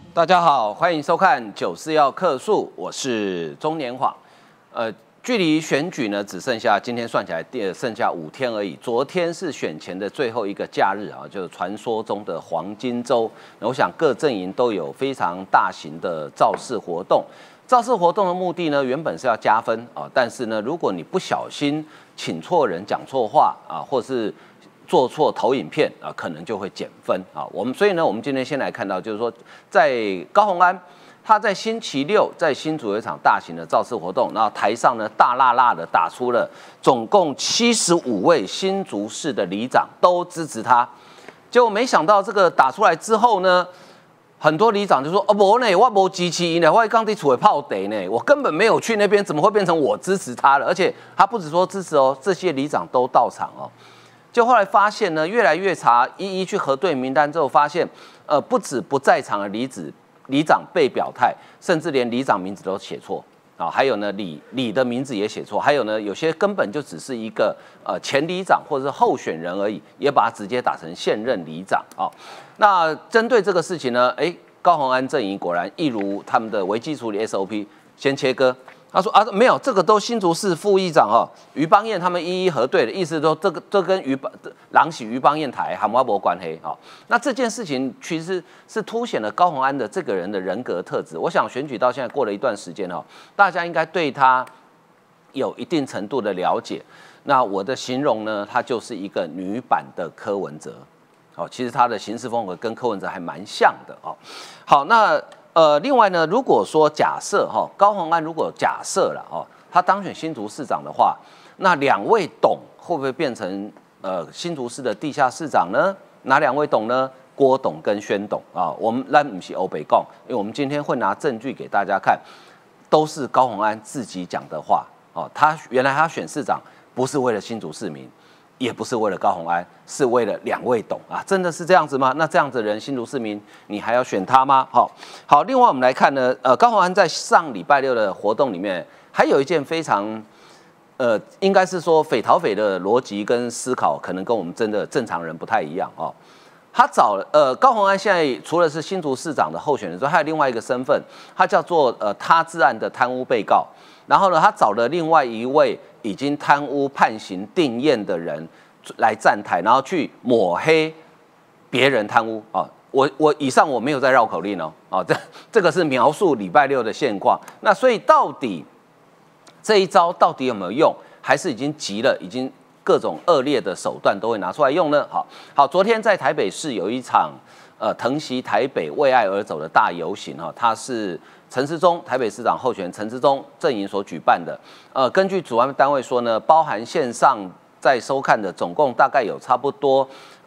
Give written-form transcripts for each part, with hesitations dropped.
大家好，欢迎收看《94要客诉》，我是中年晃。距离选举呢只剩下今天算起来剩下5天而已。昨天是选前的最后一个假日啊，就是传说中的黄金周。我想各阵营都有非常大型的造势活动。造势活动的目的呢，原本是要加分啊，但是呢，如果你不小心请错人、讲错话啊，或是做错投影片啊，可能就会减分啊。所以呢，我们今天先来看到，就是说，在高虹安，他在星期六在新竹有一场大型的造势活动，然后台上呢大辣辣的打出了总共75位新竹市的里长都支持他。结果没想到这个打出来之后呢，很多里长就说：“哦，不呢，我没支持呢，我刚在厝里泡茶呢，我根本没有去那边，怎么会变成我支持他了？而且他不只说支持哦，这些里长都到场哦。”就后来发现呢，越来越查，一一去核对名单之后，发现，不止不在场的里长被表态，甚至连里长名字都写错啊，还有呢里的名字也写错，还有呢有些根本就只是一个前里长或者是候选人而已，也把他直接打成现任里长啊。那针对这个事情呢，高虹安阵营果然一如他们的危机处理 SOP， 先切割。他说啊，没有，这个都新竹市副议长于邦彦他们一一核对的意思说，这跟狼喜于邦彦台和我没关系啊。那这件事情其实是凸显了高虹安的这个人的人格特质。我想选举到现在过了一段时间大家应该对他有一定程度的了解。那我的形容呢，他就是一个女版的柯文哲。其实他的行事风格跟柯文哲还蛮像的好，那。另外呢，如果说假设高虹安如果假设了他当选新竹市长的话，那2位董会不会变成新竹市的地下市长呢？哪2位董呢？郭董跟宣董啊，我们不是欧北共，因为我们今天会拿证据给大家看，都是高虹安自己讲的话他原来他选市长不是为了新竹市民。也不是为了高虹安，是为了2位董啊，真的是这样子吗？那这样子的人，新竹市民，你还要选他吗？好，另外我们来看呢，高虹安在上礼拜6的活动里面，还有一件非常，应该是说匪逃匪的逻辑跟思考，可能跟我们真的正常人不太一样他找高虹安现在除了是新竹市长的候选人之外，还有另外一个身份，他叫做他治案的贪污被告。然后呢，他找了另外一位已经贪污判刑定谳的人来站台，然后去抹黑别人贪污我以上我没有在绕口令这个是描述礼拜6的现况。那所以到底这一招到底有没有用，还是已经急了，已经各种恶劣的手段都会拿出来用呢？好，昨天在台北市有一场疼惜台北为爱而走的大游行它是陈时中台北市长候选人陈时中阵营所举办的。根据主办单位说呢，包含线上在收看的，总共大概有差不多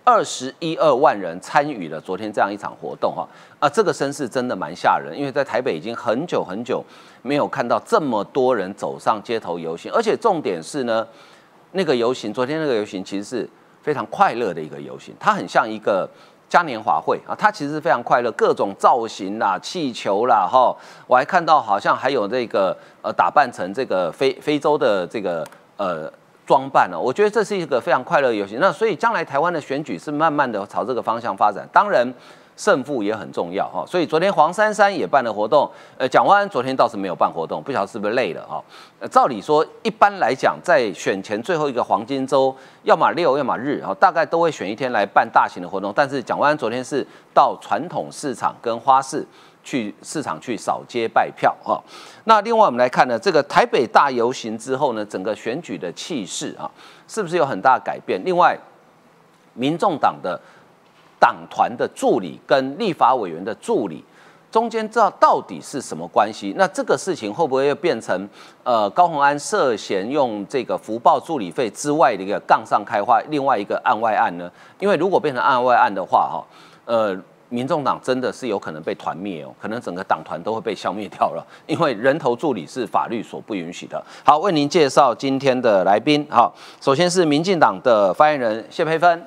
21-22万人参与了昨天这样一场活动这个声势真的蛮吓人，因为在台北已经很久没有看到这么多人走上街头游行，而且重点是呢，那个游行昨天那个游行其实是非常快乐的一个游行，它很像一个嘉年华会它其实非常快乐，各种造型啦、气球啦我还看到好像还有这个打扮成这个非洲的这个装扮我觉得这是一个非常快乐的游行。那所以将来台湾的选举是慢慢的朝这个方向发展，当然胜负也很重要所以昨天黄珊珊也办了活动，蒋万安昨天倒是没有办活动，不晓得是不是累了照理说一般来讲，在选前最后一个黄金周，要么6要么日大概都会选一天来办大型的活动，但是蒋万安昨天是到传统市场跟花市去市场去扫街拜票那另外我们来看呢，这个台北大游行之后呢，整个选举的气势是不是有很大的改变？另外，民众党的党团的助理跟立法委员的助理中间到底是什么关系？那这个事情会不会又变成高虹安涉嫌用这个福报助理费之外的一个杠上开花，另外一个案外案呢？因为如果变成案外案的话民众党真的是有可能被团灭可能整个党团都会被消灭掉了，因为人头助理是法律所不允许的。好，为您介绍今天的来宾。好，首先是民进党的发言人谢佩芬。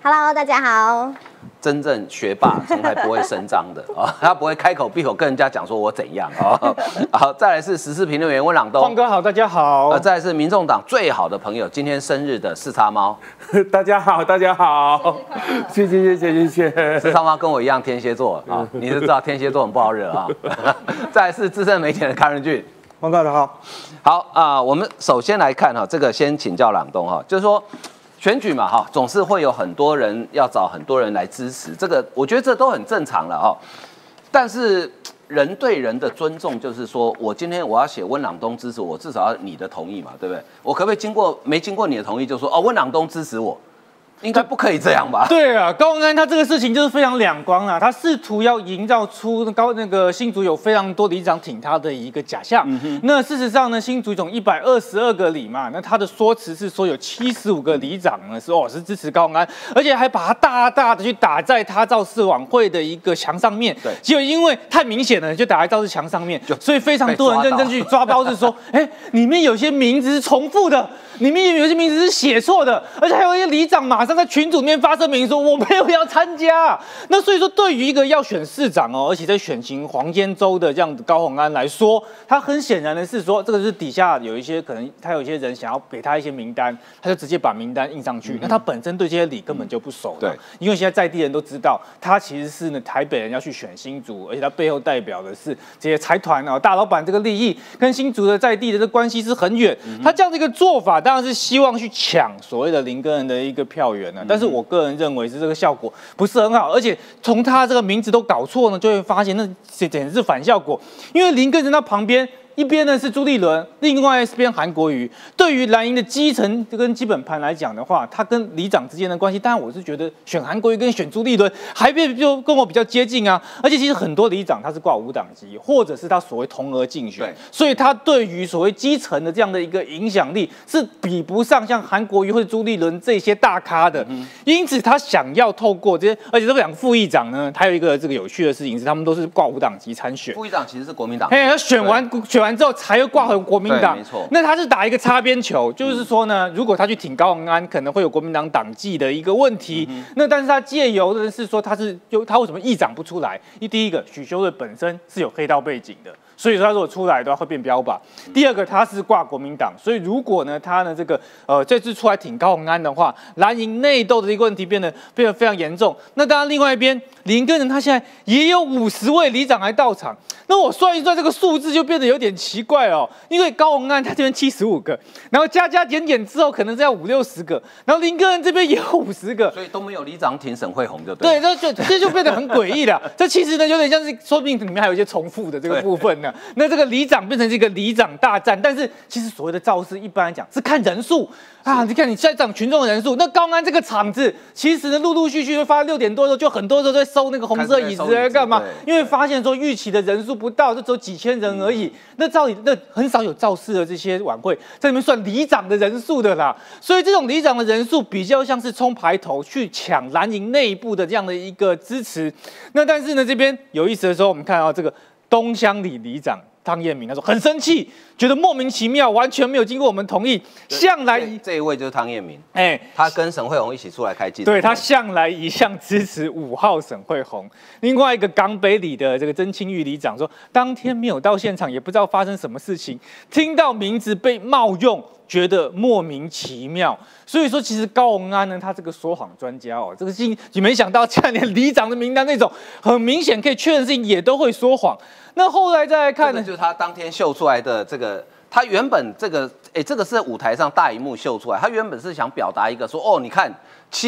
Hello， 大家好。 真正学霸从来不会声张的啊，他不会开口闭口跟人家讲说我怎样啊。好，再来是时事评论员温朗东， 晃哥好，大家好。 再来是民众党最好的朋友，今天生日的四叉猫， 大家好，大家好，谢谢。 四叉猫跟我一样天蝎座啊，你就知道天蝎座很不好惹啊。再来是资深媒体人康仁俊， 晃哥好。 好啊，我们首先来看哈，这个先请教朗东哈，就是说。选举嘛，哈，总是会有很多人要找很多人来支持，这个我觉得这都很正常了哈。但是人对人的尊重，就是说我今天我要写温朗东支持我，至少要你的同意嘛，对不对？我可不可以没经过你的同意就说温朗东支持我？应该不可以这样吧？ 对啊，高虹安他这个事情就是非常两光啊，他试图要营造出新竹有非常多里长挺他的一个假象。那事实上呢，新竹总122个里嘛，那他的说辞是说有75个里长呢是支持高虹安，而且还把他大大的去打在他造势晚会的一个墙上面。 对， 结果因为太明显了，就打在造势墙上面，所以非常多人认真去抓包，是说，里面有些名字是重复的，里面有些名字是写错的，而且还有一些里长马上在群组里面发声明说我没有要参加。那所以说，对于一个要选市长而且在选情黄尖州的这样子高虹安来说，他很显然的是说，这个是底下有一些可能他有一些人想要给他一些名单，他就直接把名单印上去。那他本身对这些里根本就不熟的，因为现在在地人都知道，他其实是台北人要去选新竹，而且他背后代表的是这些财团大老板这个利益，跟新竹的在地的这关系是很远。他这样的一个做法，当然是希望去抢所谓的林耕仁的一个票源呢。但是我个人认为是这个效果不是很好，而且从他这个名字都搞错呢，就会发现那简直是反效果。因为林耕仁他旁边一边呢是朱立伦，另外一边韩国瑜。对于蓝营的基层跟基本盘来讲的话，他跟里长之间的关系，当然我是觉得选韩国瑜跟选朱立伦还就跟我比较接近啊。而且其实很多里长他是挂无党籍，或者是他所谓同额竞选，所以他对于所谓基层的这样的一个影响力是比不上像韩国瑜或者朱立伦这些大咖的。因此他想要透过这些，而且这两个副议长呢，还有一个这个有趣的事情是，他们都是挂无党籍参选。 副议长其实是国民党， 他选完之后才又挂回国民党， 没错。 那他是打一个擦边球，就是说呢，如果他去挺高虹安，可能会有国民党党纪的一个问题。那但是他借由的是说，他为什么议长不出来？第一个，许修睿本身是有黑道背景的。所以说他如果出来的话会变标靶。第二个，他是挂国民党，所以如果呢他呢这次出来挺高虹安的话，蓝营内斗的一个问题变得非常严重。那当然，另外一边林耕仁他现在也有50位里长来到场，那我算一算这个数字就变得有点奇怪哦，因为高虹安他这边75个，然后加减之后可能是要50-60个，然后林耕仁这边也有50个， 所以都没有里长挺沈慧虹就对。 对，这就变得很诡异了。这其实呢有点像是说不定里面还有一些重复的这个部分呢。那这个里长变成这个里长大战，但是其实所谓的造势一般来讲是看人数啊，你看你在场群众的人数，那高虹安这个场子其实呢陆续会发6点多的时候，就很多时候在收那个红色椅子在干嘛？因为发现说预期的人数不到，就只有几千人而已。那照理那很少有造势的这些晚会在里面算里长的人数的啦，所以这种里长的人数比较像是冲排头去抢蓝营内部的这样的一个支持。那但是呢这边有意思的时候，我们看到这个东乡里里长汤彦明他说很生气，觉得莫名其妙，完全没有经过我们同意。向来这一位就是汤彦明，他跟沈慧虹一起出来开记者会， 对他向来一向支持5号沈慧虹。另外一个港北里的这个曾清玉里长说，当天没有到现场，也不知道发生什么事情，听到名字被冒用，觉得莫名其妙。所以说，其实高虹安呢，他这个说谎专家哦，这个你没想到，竟然连里长的名单那种很明显可以确认的事情也都会说谎。那后来再来看呢， 就是他当天秀出来的这个，他原本这个是在舞台上大荧幕秀出来，他原本是想表达一个说，你看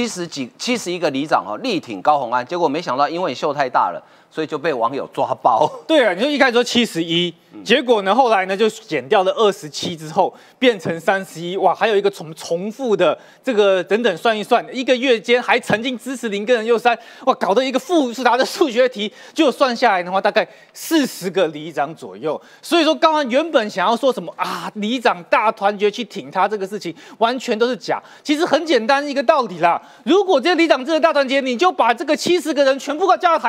71个里长力挺高虹安，结果没想到因为秀太大了，所以就被网友抓包。 对啊，你就一开始说71，结果呢后来呢就减掉了27之后变成31，哇，还有一个重复的这个等等算一算，1个月间还曾经支持林耕仁又删，哇，搞得一个复杂的数学题，就算下来的话大概40个里长左右。所以说高虹安原本想要说什么啊，里长大团结去挺他这个事情，完全都是假。其实很简单一个道理啦，如果这些里长真的大团结，你就把这个70个人全部都叫到台上，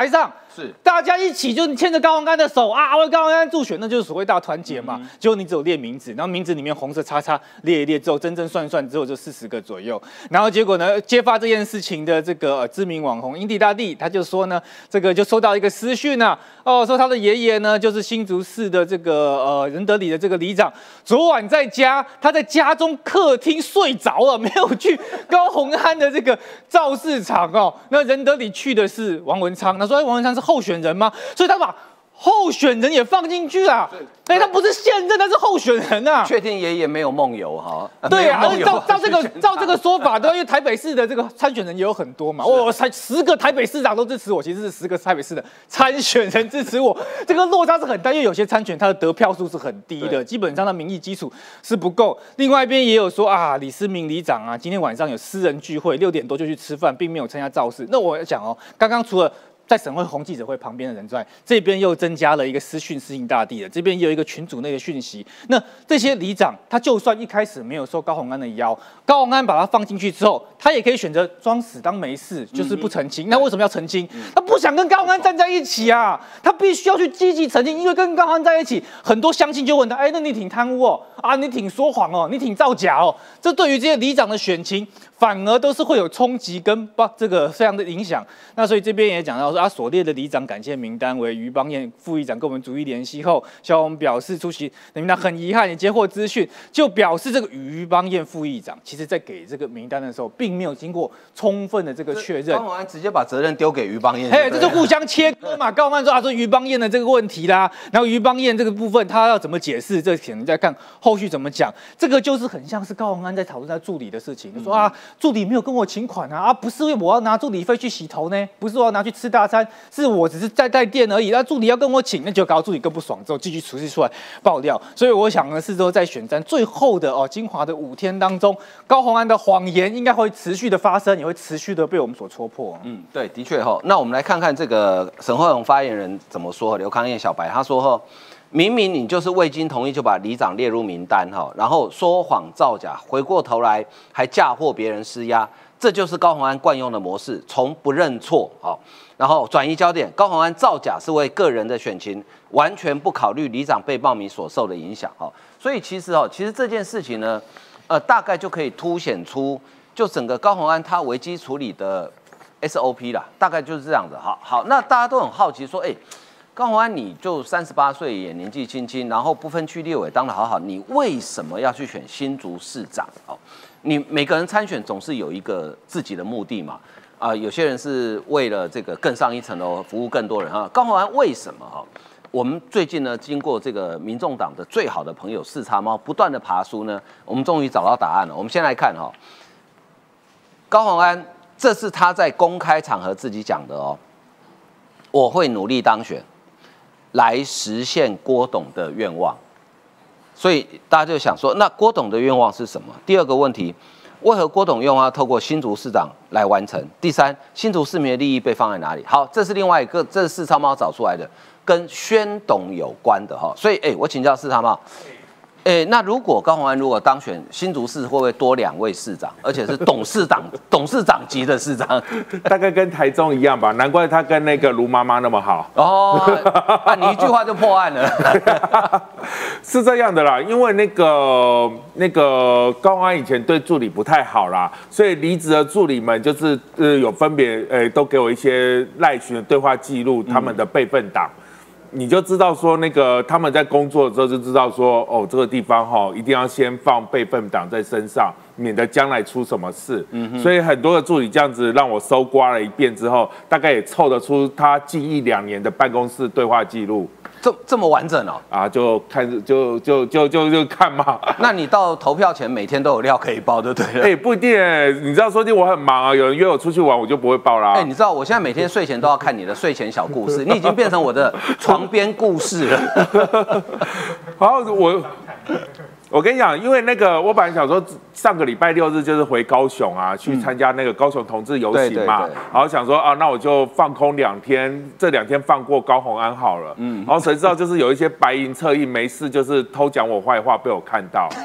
是大家一起就牵着高虹安的手啊，为高虹安助选，那就是所谓大团结嘛。结果你只有列名字，然后名字里面红色叉叉列一列之后，真正算之后就40个左右。然后结果呢，揭发这件事情的这个知名网红英帝大帝，他就说呢，这个就收到一个私讯啊，说他的爷爷呢就是新竹市的这个仁德里的这个里长，昨晚他在家中客厅睡着了，没有去高虹安的这个造势场哦。那仁德里去的是王文昌，他说王文昌是候选人吗？所以他把候选人也放进去啊，他不是现任，他是候选人啊。 确定爷爷没有梦游哈？ 对啊，而且照这个说法，对，因为台北市的这个参选人也有很多嘛，才10个台北市长都支持我，其实是10个台北市的参选人支持我，这个落差是很大，因为有些参选他的得票数是很低的，基本上他民意基础是不够。另外一边也有说啊，李思明里长啊，今天晚上有私人聚会，6点多就去吃饭，并没有参加造势。那我讲哦，刚刚除了在省会红记者会旁边的人之外，这边又增加了一个私讯英大帝的，这边也有一个群组内的讯息。那这些里长，他就算一开始没有受高虹安的邀，高虹安把他放进去之后，他也可以选择装死当没事，就是不澄清。那为什么要澄清？他不想跟高虹安站在一起啊，他必须要去积极澄清，因为跟高虹安在一起，很多乡亲就问他，那你挺贪污哦，啊，你挺说谎哦，你挺造假哦，这对于这些里长的选情，反而都是会有冲击跟这个这样的影响。那所以这边也讲到说，所列的里长感谢名单为于邦彦副议长跟我们逐一联系后，萧宏表示出席名单很遗憾也接获资讯，就表示这个于邦彦副议长，其实在给这个名单的时候，并没有经过充分的这个确认。 高虹安直接把责任丢给于邦彦， 这就互相切割嘛。高虹安说于邦彦的这个问题啦，然后于邦彦这个部分他要怎么解释，这可能再看后续怎么讲。这个就是很像是高虹安在讨论他助理的事情，就说助理没有跟我请款啊，不是因为我要拿助理费去洗头呢，不是我要拿去吃大餐，是我只是在带电而已。那助理要跟我请，那就搞助理更不爽，之后继续出来爆料。所以我想呢，是说在选战最后的精华的5天当中，高虹安的谎言应该会持续的发生，也会持续的被我们所戳破。 对，的确哈。那我们来看看这个沈慧虹发言人怎么说。刘康燕小白他说明明你就是未经同意就把里长列入名单然后说谎造假，回过头来还嫁祸别人施压，这就是高虹安惯用的模式，从不认错然后转移焦点。高虹安造假是为个人的选情，完全不考虑里长被报名所受的影响所以其实这件事情呢，大概就可以凸显出就整个高虹安他危机处理的 SOP 啦，大概就是这样的。好，那大家都很好奇说，高虹安你就38岁也年纪轻轻，然后不分区立委当得好好，你为什么要去选新竹市长？你每个人参选总是有一个自己的目的嘛，有些人是为了这个更上一层楼，服务更多人高虹安为什么我们最近呢，经过这个民众党的最好的朋友四叉猫不断的爬书呢，我们终于找到答案了。我们先来看高虹安，这是他在公开场合自己讲的我会努力当选，来实现郭董的愿望。所以大家就想说，那郭董的愿望是什么？第二个问题，为何郭董愿望要透过新竹市长来完成？第三，新竹市民的利益被放在哪里？好，这是另外一个，这是四叉猫找出来的，跟宣董有关的所以我请教四叉猫。那如果高虹安当选新竹市，会不会多2位市长，而且是董事长级的市长？ 大概跟台中一样吧，难怪他跟那个卢妈妈那么好。 你一句话就破案了。 是这样的啦，因为那个高虹安以前对助理不太好啦，所以离职的助理们就是有分别都给我一些赖群的对话记录，他们的备份档。你就知道说，那个他们在工作的时候就知道说，这个地方一定要先放备份档在身上，免得将来出什么事。所以很多的助理这样子让我搜刮了一遍之后，大概也凑得出他记忆2年的办公室对话记录。 这么完整就看就看嘛。 那你到投票前每天都有料可以包就对了。 不一定你知道说我很忙有人约我出去玩我就不会报啦。 你知道我现在每天睡前都要看你的睡前小故事，你已经变成我的床边故事了。 好，我跟你讲，因为我本来想说上个礼拜6日就是回高雄去参加那个高雄同志游行嘛，然后想说那我就放空2天，这2天放过高虹安好了。然后谁知道就是有一些白银侧翼没事就是偷讲我坏话被我看到。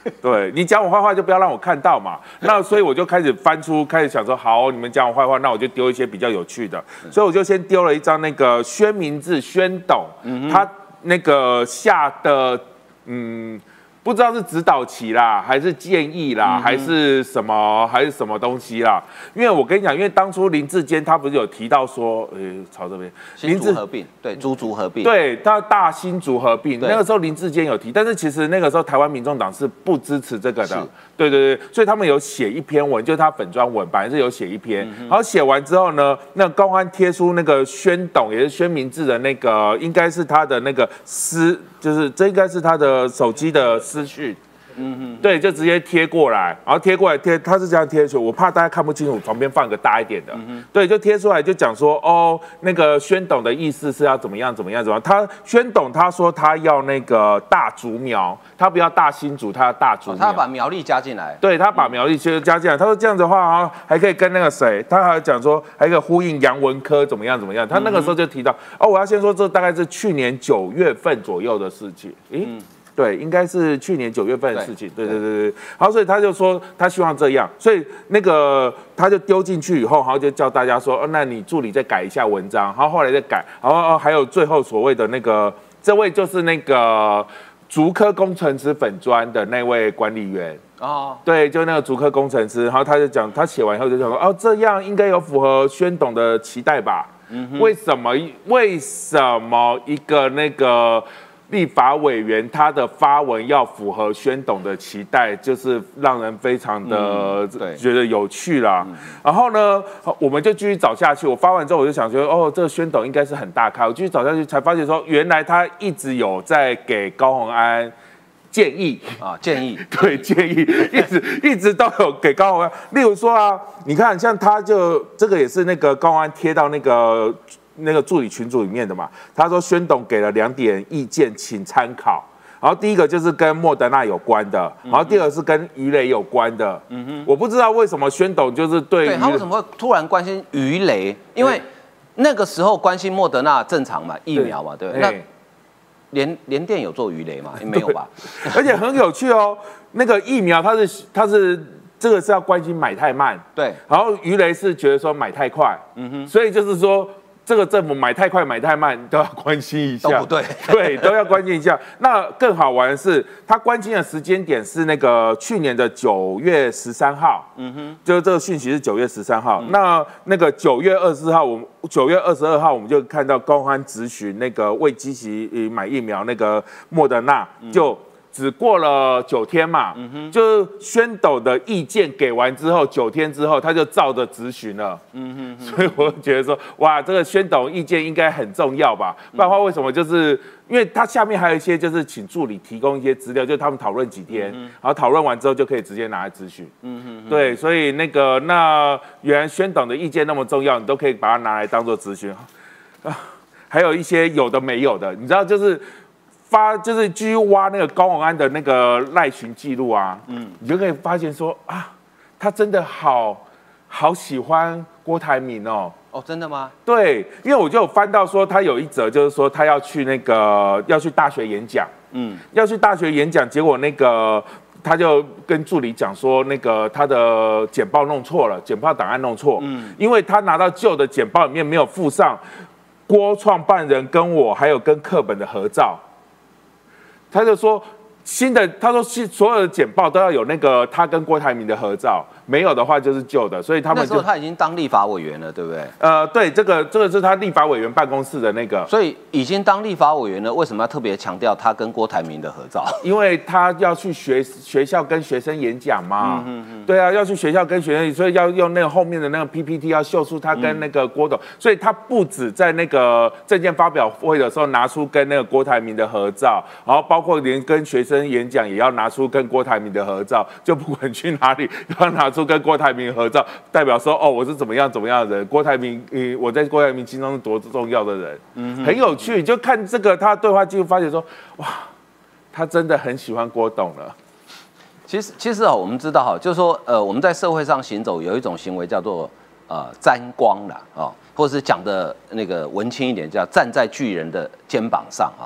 对你讲我坏话就不要让我看到嘛。那所以我就开始想说，好，你们讲我坏话，那我就丢一些比较有趣的。所以我就先丢了一张那个宣明志宣董，他那个下的不知道是指导棋啦，还是建议啦，还是什么东西啦？因为我跟你讲，因为当初林志坚他不是有提到说，朝这边新竹合并，对，竹竹合并， 对，他大新竹合并，那个时候林志坚有提，但是其实那个时候台湾民众党是不支持这个的，对，所以他们有写一篇文，就是他粉专文，本来是有写一篇，然后写完之后呢，那高安贴出那个宣董，也是宣明志的那个，应该是他的那个就是这应该是他的手机的私讯，对，就直接贴过来，然后贴过来他是这样贴出，我怕大家看不清楚，旁边放一个大一点的，对，就贴出来就讲说，哦，那个宣董的意思是要怎么样，他宣董他说他要那个大竹苗，他不要大新竹，他要大竹苗， 他把苗栗加进来， 对他把苗栗加进来，他说这样子的话，还可以跟那个谁，他还讲说还可以呼应杨文科怎么样，他那个时候就提到，我要先说这大概是去年9月份左右的事情，对，应该是去年9月份的事情。对。然后所以他就说他希望这样，所以那个他就丢进去以后，然后就叫大家说，那你助理再改一下文章，然后后来再改，然后还有最后所谓的那个，这位就是那个竹科工程师粉专的那位管理员。对，就那个竹科工程师，然后他就讲，他写完以后就讲说，这样应该有符合宣董的期待吧？为什么一个那个立法委员他的发文要符合宣董的期待，就是让人非常的觉得有趣啦。然后呢，我们就继续找下去。我发完之后，我就想说，这个宣董应该是很大咖。我继续找下去，才发现说，原来他一直有在给高虹安建议，对，建议一直都有给高虹安。例如说啊，你看像他就这个也是那个高虹安贴到那个助理群组里面的嘛，他说宣董给了2点意见，请参考。然后第一个就是跟莫德纳有关的，然后第二个是跟鱼雷有关的。我不知道为什么宣董就是对他为什么会突然关心鱼雷？因为那个时候关心莫德纳正常嘛，疫苗嘛，对不对？那联电有做鱼雷吗？没有吧？ 而且很有趣哦，那个疫苗它是这个是要关心买太慢， 对， 然后鱼雷是觉得说买太快，所以就是说。这个政府买太快、买太慢都要关心一下， 都不对， 对，都要关心一下。那更好玩的是，他关心的时间点是那个去年的9月13号，就是这个讯息是9月13号。那个9月24号，9月22号，我们就看到高虹安质询那个为积极买疫苗那个莫德纳就。只过了9天嘛，就是宣董的意见给完之后，9天之后他就照着质询了，所以我觉得说，哇，这个宣董意见应该很重要吧？不然的话，为什么就是因为他下面还有一些就是请助理提供一些资料，就是他们讨论几天，然后讨论完之后就可以直接拿来质询，对，所以那原来宣董的意见那么重要，你都可以把它拿来当做质询还有一些有的没有的，你知道就是。就是继续挖那个高虹安的那个赖群记录啊，你就可以发现说啊，他真的好喜欢郭台铭哦。 真的吗？ 对，因为我就有翻到说他有一则就是说他要去大学演讲，要去大学演讲，结果那个他就跟助理讲说那个他的简报弄错了，简报档案弄错，因为他拿到旧的简报里面没有附上郭创办人跟我还有跟课本的合照。他就说他说所有的简报都要有那个他跟郭台铭的合照，没有的话就是旧的，所以他们那时候他已经当立法委员了，对不对？ 对，这个是他立法委员办公室的那个， 所以已经当立法委员了，为什么要特别强调他跟郭台铭的合照？ 因为他要去学校跟学生演讲嘛，对啊，要去学校跟学生，所以要用那个后面的那个 PPT 要秀出他跟那个郭董，所以他不止在那个政见发表会的时候拿出跟那个郭台铭的合照，然后包括连跟学生演讲也要拿出跟郭台铭的合照，就不管去哪里都要拿出跟郭台铭合照，代表说我是怎么样的人，郭台铭我在郭台铭心中是多重要的人，很有趣。就看这个他的对话记录，发现说哇，他真的很喜欢郭董了。 其实我们知道就是说我们在社会上行走有一种行为叫做沾光啦或者是讲的那个文青一点叫站在巨人的肩膀上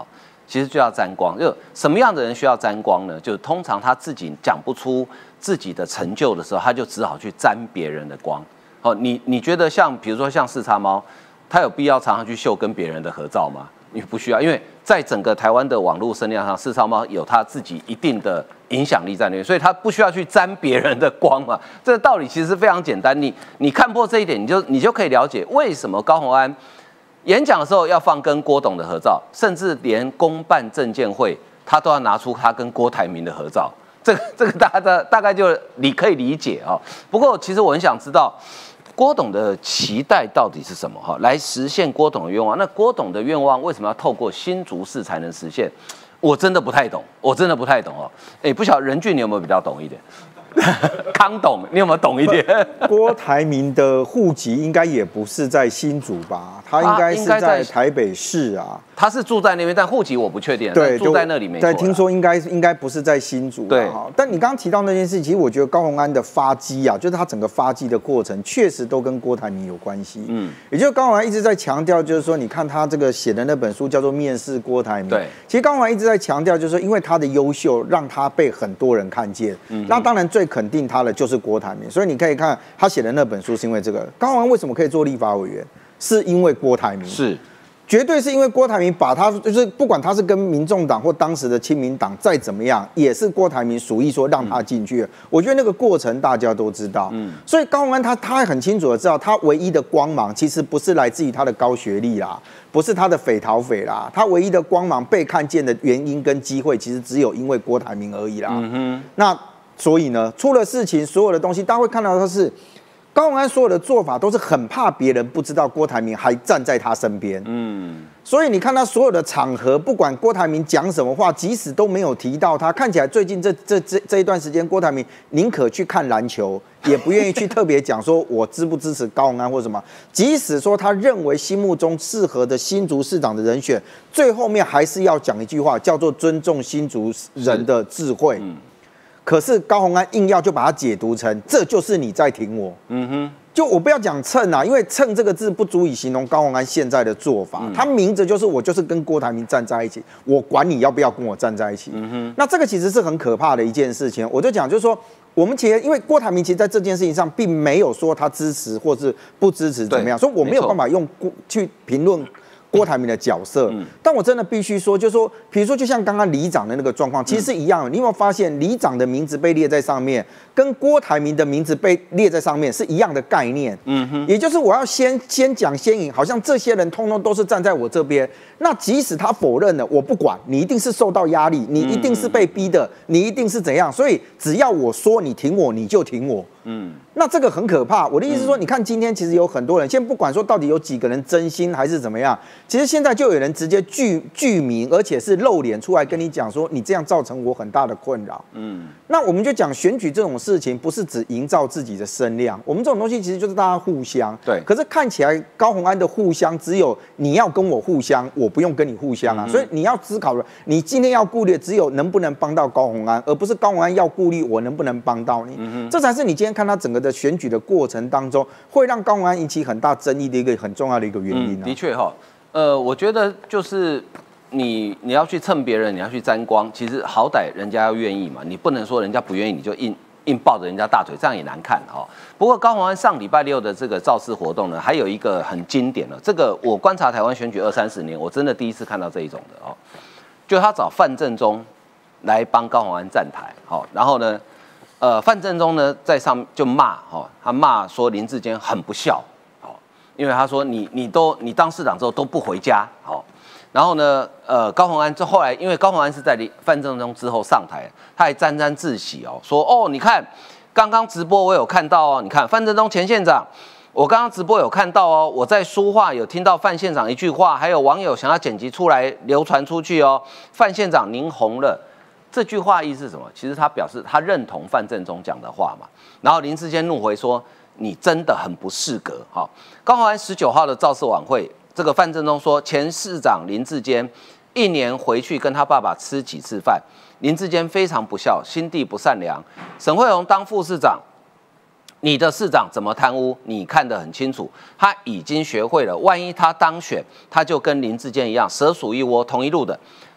其实就要沾光。就什么样的人需要沾光呢？就是通常他自己讲不出自己的成就的时候，他就只好去沾别人的光。好，你觉得像比如说像四叉猫，他有必要常常去秀跟别人的合照吗？你不需要，因为在整个台湾的网络声量上，四叉猫有他自己一定的影响力在那边，所以他不需要去沾别人的光嘛。这个道理其实非常简单，你看破这一点，你就可以了解为什么高虹安演讲的时候要放跟郭董的合照，甚至连公办证监会他都要拿出他跟郭台铭的合照。这个大概就你可以理解啊。不过其实我很想知道，郭董的期待到底是什么？哈，来实现郭董的愿望。那郭董的愿望为什么要透过新竹市才能实现？我真的不太懂，哦。不晓得任俊你有没有比较懂一点？康董，你有没有懂一点？ 郭台铭的户籍应该也不是在新竹吧？他应该是在台北市啊。 他是住在那边，但户籍我不确定。对，住在那里没错。 对，听说应该不是在新竹。对。但你刚刚提到那件事，其实我觉得高虹安的发迹啊，就是他整个发迹的过程，确实都跟郭台铭有关系。也就是高虹安一直在强调，就是说，你看他这个写的那本书叫做《面试郭台铭》。对。其实高虹安一直在强调，就是说，因为他的优秀，让他被很多人看见。那当然最肯定他的就是郭台铭，所以你可以看他写的那本书是因为这个。高虹安为什么可以做立法委员？是因为郭台铭，是绝对是因为郭台铭把他就是不管他是跟民众党或当时的亲民党再怎么样，也是郭台铭属意说让他进去。我觉得那个过程大家都知道，所以高虹安他很清楚的知道，他唯一的光芒其实不是来自于他的高学历啦，不是他的匪逃匪啦，他唯一的光芒被看见的原因跟机会，其实只有因为郭台铭而已啦。那所以呢，出了事情，所有的东西大家会看到的是。高虹安所有的做法都是很怕别人不知道郭台铭还站在他身边，所以你看他所有的场合，不管郭台铭讲什么话，即使都没有提到他，看起来最近这一段时间，郭台铭宁可去看篮球，也不愿意去特别讲说我支不支持高虹安或什么。即使说他认为心目中适合的新竹市长的人选，最后面还是要讲一句话，叫做尊重新竹人的智慧。可是高虹安硬要就把它解读成这就是你在挺我，就我不要讲蹭啊，因为蹭这个字不足以形容高虹安现在的做法。他明着就是我就是跟郭台铭站在一起，我管你要不要跟我站在一起。那这个其实是很可怕的一件事情。我就讲就是说，我们其实因为郭台铭其实在这件事情上并没有说他支持或是不支持怎么样，所以我没有办法用去评论郭台铭的角色，但我真的必须说，就是说，比如说，就像刚刚里长的那个状况，其实是一样的。你有没有发现，里长的名字被列在上面，跟郭台铭的名字被列在上面是一样的概念？也就是我要先讲先赢，好像这些人通通都是站在我这边。那即使他否认了，我不管，你一定是受到压力，你一定是被逼的，你一定是怎样。所以只要我说你挺我，你就挺我。那这个很可怕。我的意思是说，你看今天其实有很多人，先不管说到底有几个人真心还是怎么样，其实现在就有人直接具名，而且是露脸出来跟你讲说，你这样造成我很大的困扰。那我们就讲选举这种事情，不是只营造自己的声量，我们这种东西其实就是大家互相。对。可是看起来高虹安的互相，只有你要跟我互相，我不用跟你互相啊。所以你要思考了，你今天要顾虑只有能不能帮到高虹安，而不是高虹安要顾虑我能不能帮到你。这才是你今天看他整个的选举的过程当中，会让高虹安引起很大争议的一个很重要的一个原因。 的确哈，我觉得就是你要去蹭别人，你要去沾光，其实好歹人家要愿意嘛，你不能说人家不愿意你就硬抱着人家大腿，这样也难看哈。不过高虹安上礼拜六的这个造势活动呢，还有一个很经典的，这个我观察台湾选举20-30年，我真的第一次看到这一种的哦，就他找范正中来帮高虹安站台，好，然后呢，范正中呢在上面就骂，他骂说林智坚很不孝，因为他说你当市长之后都不回家，然后呢，高虹安后来因为高虹安是在范正中之后上台，他还沾沾自喜哦，说哦你看刚刚直播我有看到哦，你看范正中前县长，我刚刚直播有看到哦，我在书画有听到范县长一句话，还有网友想要剪辑出来流传出去哦，范县长您红了。这句话意思是什么？其实他表示他认同范正中讲的话嘛。然后林智坚怒回说：“你真的很不适格。”好，高虹安19号的造势晚会，这个范正中说，前市长林智坚1年回去跟他爸爸吃几次饭，林智坚非常不孝，心地不善良。沈惠虹当副市长，你的市长怎么贪污，你看得很清楚。他已经学会了，万一他当选，他就跟林智坚一样，蛇鼠一窝，同一路的。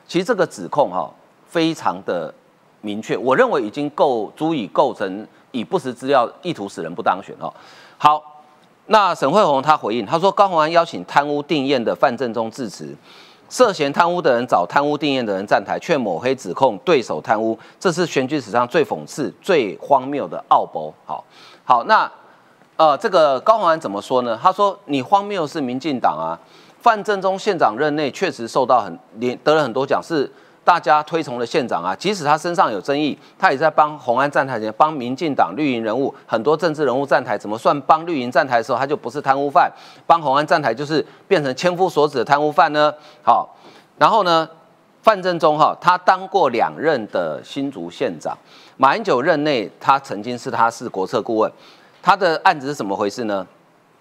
其实这个指控非常的明确，我认为已经足以构成以不实资料意图使人不当选好，那沈慧虹他回应，他说高虹安邀请贪污定验的范正中致辞，涉嫌贪污的人找贪污定验的人站台，却抹黑指控对手贪污，这是选举史上最讽刺、最荒谬的奥博。好，那这个高虹安怎么说呢？他说你荒谬是民进党啊。范正中县长任内确实得了很多奖，是大家推崇的县长啊。即使他身上有争议，他也在帮虹安站台前，帮民进党绿营人物很多政治人物站台。怎么算帮绿营站台的时候，他就不是贪污犯；帮虹安站台就是变成千夫所指的贪污犯呢？好，然后呢，范正中他当过2任的新竹县长，马英九任内他曾经是国策顾问。他的案子是怎么回事呢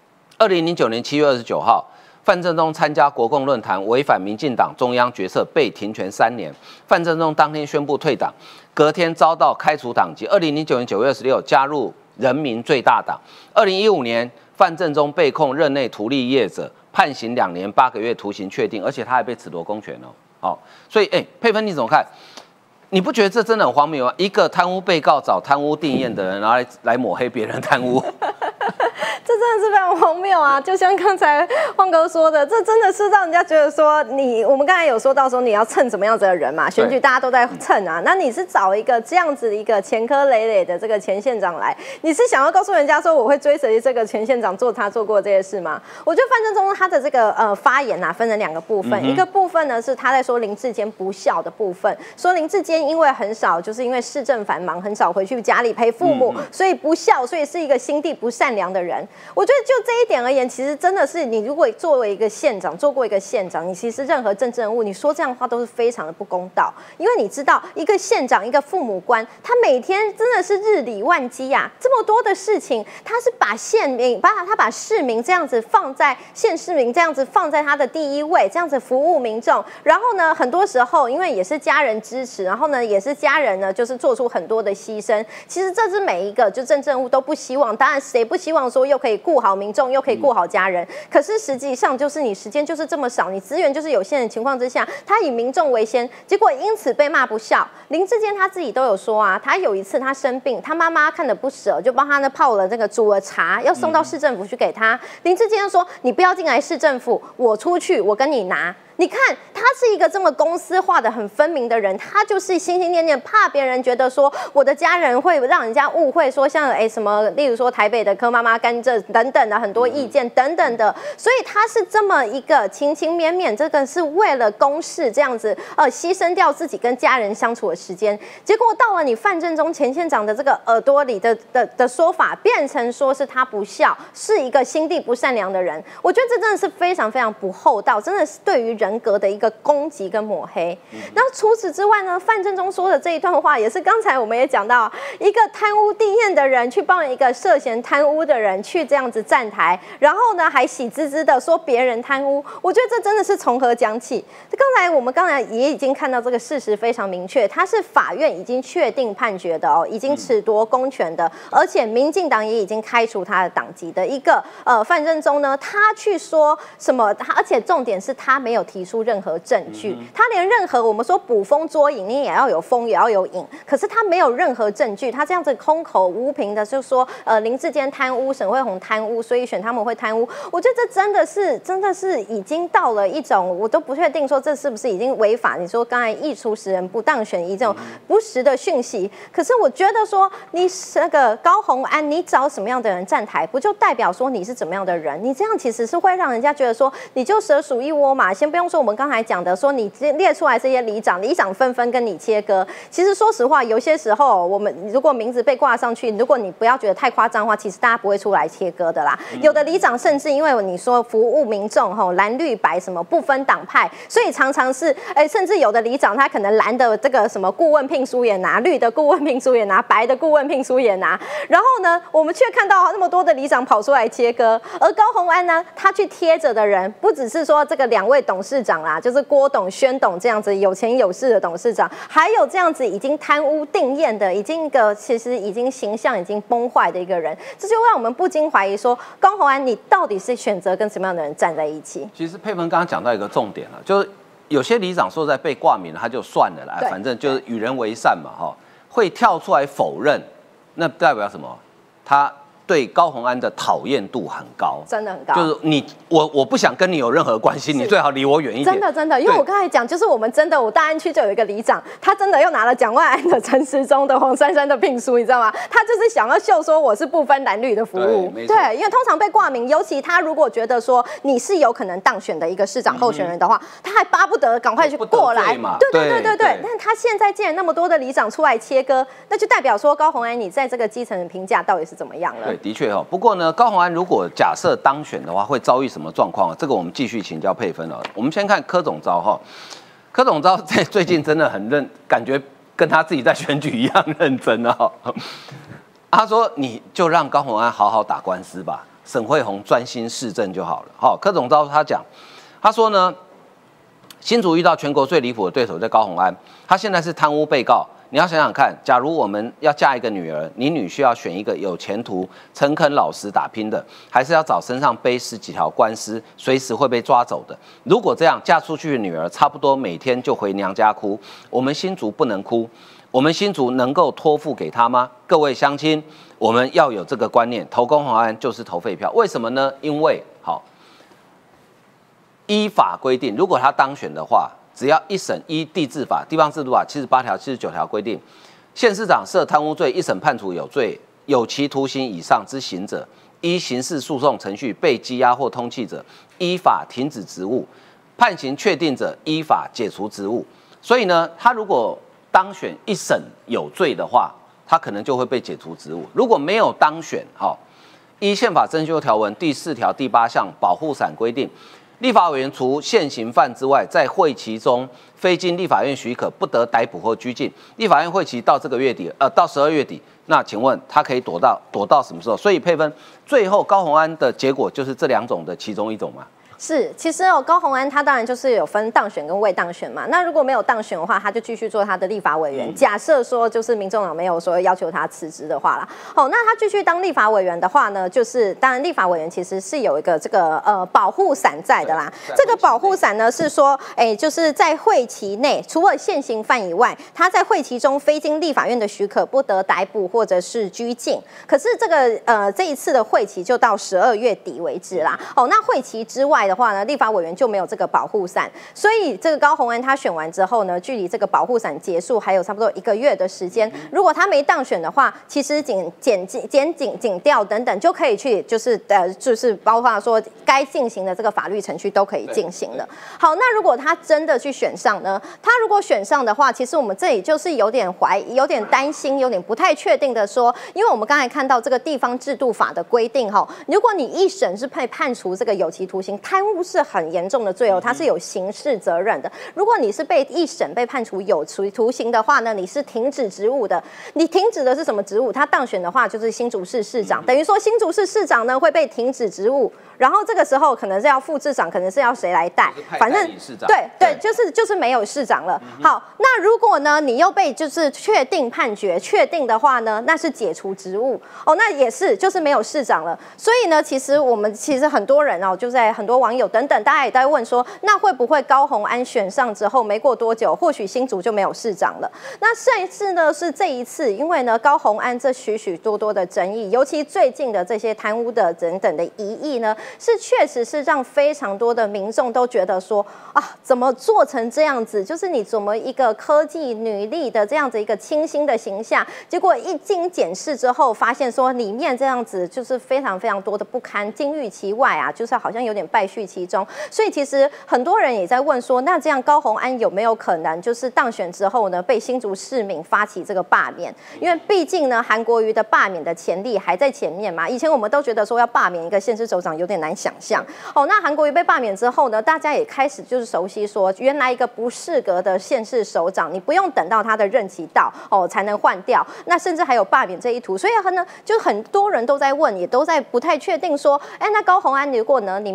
？2009年7月29号。范正中参加国共论坛，违反民进党中央决策，被停权3年。范正中当天宣布退党，隔天遭到开除党籍。2009年9月26加入人民最大党。2015年，范正中被控任内图利业者，判刑2年8个月徒刑确定，而且他还被褫夺公权所以佩芬你怎么看？你不觉得这真的很荒谬吗？一个贪污被告找贪污定验的人，然后来抹黑别人贪污。 这真的是非常荒谬啊！就像刚才晃哥说的，这真的是让人家觉得说我们刚才有说到说你要蹭什么样子的人嘛，选举大家都在蹭啊，那你是找一个这样子的一个前科累累的这个前县长来，你是想要告诉人家说我会追随这个前县长做他做过这些事吗？我觉得范正中他的这个发言分成2个部分，一个部分呢是他在说林智坚不孝的部分，说林智坚因为很少就是因为市政繁忙，很少回去家里陪父母，所以不孝，所以是一个心地不善良的人。我觉得就这一点而言，其实真的是你如果作为一个县长，做过一个县长，你其实任何政治人物，你说这样的话都是非常的不公道。因为你知道，一个县长，一个父母官，他每天真的是日理万机啊，这么多的事情，他是把把市民这样子放在县市民这样子放在他的第一位，这样子服务民众。然后呢，很多时候因为也是家人支持，然后呢也是家人呢就是做出很多的牺牲。其实这是每一个就政治人物都不希望，当然谁不希望说又可以顾好民众，又可以顾好家人。可是实际上就是你时间就是这么少，你资源就是有限的情况之下，他以民众为先，结果因此被骂不孝。林智坚他自己都有说啊，他有一次他生病，他妈妈看得不舍，就帮他泡了煮了茶，要送到市政府去给他。林智坚就说：“你不要进来市政府，我出去，我跟你拿。”你看，他是一个这么公司化的很分明的人，他就是心心念念，怕别人觉得说我的家人会让人家误会说像什么，例如说台北的柯妈妈甘蔗等等的很多意见等等的，所以他是这么一个勤勤勉勉，这个是为了公事这样子牺牲掉自己跟家人相处的时间，结果到了你范正中前县长的这个耳朵里的说法，变成说是他不孝，是一个心地不善良的人，我觉得这真的是非常非常不厚道，真的是对于人格的一个攻击跟抹黑。那除此之外呢，范正中说的这一段话，也是刚才我们也讲到，一个贪污定验的人去帮一个涉嫌贪污的人去这样子站台，然后呢还喜滋滋的说别人贪污，我觉得这真的是从何讲起？我们刚才也已经看到这个事实非常明确，他是法院已经确定判决的已经褫夺公权的，而且民进党也已经开除他的党籍的一个范正中呢，他去说什么？而且重点是他没有提出任何证据，他连任何我们说捕风捉影，你也要有风也要有影，可是他没有任何证据，他这样子空口无凭的就说林智坚贪污，沈慧虹贪污，所以选他们会贪污，我觉得这真的是已经到了一种我都不确定说这是不是已经违法。你说刚才溢出使人不当选一这种不实的讯息，可是我觉得说你那个高虹安，你找什么样的人站台，不就代表说你是怎么样的人？你这样其实是会让人家觉得说你就蛇鼠一窝嘛。先不用说我们刚才讲的说你列出来这些里长纷纷跟你切割，其实说实话，有些时候我们如果名字被挂上去，如果你不要觉得太夸张的话，其实大家不会出来切割的啦。有的里长甚至因为你说服务民众蓝绿白什么不分党派，所以常常是甚至有的里长他可能蓝的这个什么顾问聘书也拿，绿的顾问聘书也拿，白的顾问聘书也拿，然后呢，我们却看到那么多的里长跑出来切割，而高虹安呢，他去贴着的人不只是说这个2位董事长啦，就是郭董、宣董这样子有钱有势的董事长，还有这样子已经贪污定验的，已经一个其实已经形象已经崩坏的一个人，这就让我们不禁怀疑说，高虹安你到底是选择跟什么样的人站在一起？ 其实佩芬刚刚讲到一个重点了，就是有些里长说在被挂名了，他就算了啦，反正就是与人为善嘛，哈，会跳出来否认，那代表什么？他对高虹安的讨厌度很高， 真的很高。 就是我不想跟你有任何关系，你最好离我远一点。 真的，因为我刚才讲，就是我们真的，我大安区就有一个里长，他真的又拿了蒋万安的、陈时中的、黄珊珊的聘书，你知道吗？他就是想要秀说我是不分蓝绿的服务。对，因为通常被挂名，尤其他如果觉得说你是有可能当选的一个市长候选人的话，他还巴不得赶快去过来。对。但他现在既然那么多的里长出来切割，那就代表说高虹安你在这个基层的评价到底是怎么样了？ 对，的确不过呢，高虹安如果假设当选的话，会遭遇什么状况？这个我们继续请教佩芬。我们先看柯总召哈，柯总召在最近真的很感觉跟他自己在选举一样认真啊。他说：“你就让高虹安好好打官司吧，沈慧虹专心市政就好了。”好，柯总召他说呢，新竹遇到全国最离谱的对手在高虹安，他现在是贪污被告。你要想想看，假如我们要嫁一个女儿，你女婿要选一个有前途、诚恳老实打拼的，还是要找身上背10几条官司，随时会被抓走的？如果这样，嫁出去的女儿差不多每天就回娘家哭。我们新竹不能哭，我们新竹能够托付给他吗？各位乡亲，我们要有这个观念，投高虹安就是投废票。为什么呢？因为依法规定，如果他当选的话，只要一审依地制法、地方制度法78条、79条规定，县市长涉贪污罪，一审判处有罪、有期徒刑以上之刑者，依刑事诉讼程序被羁押或通缉者，依法停止职务；判刑确定者，依法解除职务。所以呢，他如果当选一审有罪的话，他可能就会被解除职务。如果没有当选，依宪法增修条文第4条第8项保护伞规定，立法委员除现行犯之外，在会期中非经立法院许可，不得逮捕或拘禁。立法院会期到这个月底，到12月底，那请问他可以躲到什么时候？所以佩芬，最后高虹安的结果就是这2种的其中一种嘛？ 是，其实高虹安他当然就是有分当选跟未当选嘛。那如果没有当选的话，他就继续做他的立法委员。假设说就是民众党没有说要求他辞职的话啦，那他继续当立法委员的话呢，就是当然立法委员其实是有一个这个保护伞在的啦。这个保护伞呢是说，就是在会期内，除了现行犯以外，他在会期中非经立法院的许可，不得逮捕或者是拘禁。可是这个这一次的会期就到12月底为止啦。那会期之外的话呢，立法委员就没有这个保护伞，所以这个高虹安他选完之后呢，距离这个保护伞结束还有差不多1个月的时间。如果他没当选的话，其实警调等等就可以去，就是包括说该进行的这个法律程序都可以进行了。好，那如果他真的去选上呢？他如果选上的话，其实我们这里就是有点有点担心，有点不太确定的说，因为我们刚才看到这个地方制度法的规定如果你一审是被判处这个有期徒刑，贪污是很严重的罪它是有刑事责任的。如果你是被一审被判处有期徒刑的话呢，你是停止职务的。你停止的是什么职务？他当选的话就是新竹市市长，等于说新竹市市长呢会被停止职务。然后这个时候可能是要副市长，可能是要谁来带，反正对，就是没有市长了。好，那如果呢你又被就是确定判决确定的话呢，那是解除职务那也是就是没有市长了。所以呢，其实很多人就在很多网友等等，大家也在问说，那会不会高虹安选上之后没过多久，或许新竹就没有市长了？那这一次呢是这一次，因为呢高虹安这许许多多的争议，尤其最近的这些贪污的等等的疑义呢，是确实是让非常多的民众都觉得说怎么做成这样子？就是你怎么一个科技女力的这样子一个清新的形象，结果一经检视之后，发现说里面这样子就是非常非常多的不堪，金玉其外就是好像有点败絮其中。所以其实很多人也在问说，那这样高虹安有没有可能就是当选之后呢，被新竹市民发起这个罢免？因为毕竟呢，韩国瑜的罢免的潜力还在前面嘛。以前我们都觉得说要罢免一个县市首长有点难想象那韩国瑜被罢免之后呢，大家也开始就是熟悉说，原来一个不适格的县市首长，你不用等到他的任期到才能换掉，那甚至还有罢免这一途。所以呢，就很多人都在问，也都在不太确定说，那高虹安如果呢你没有当选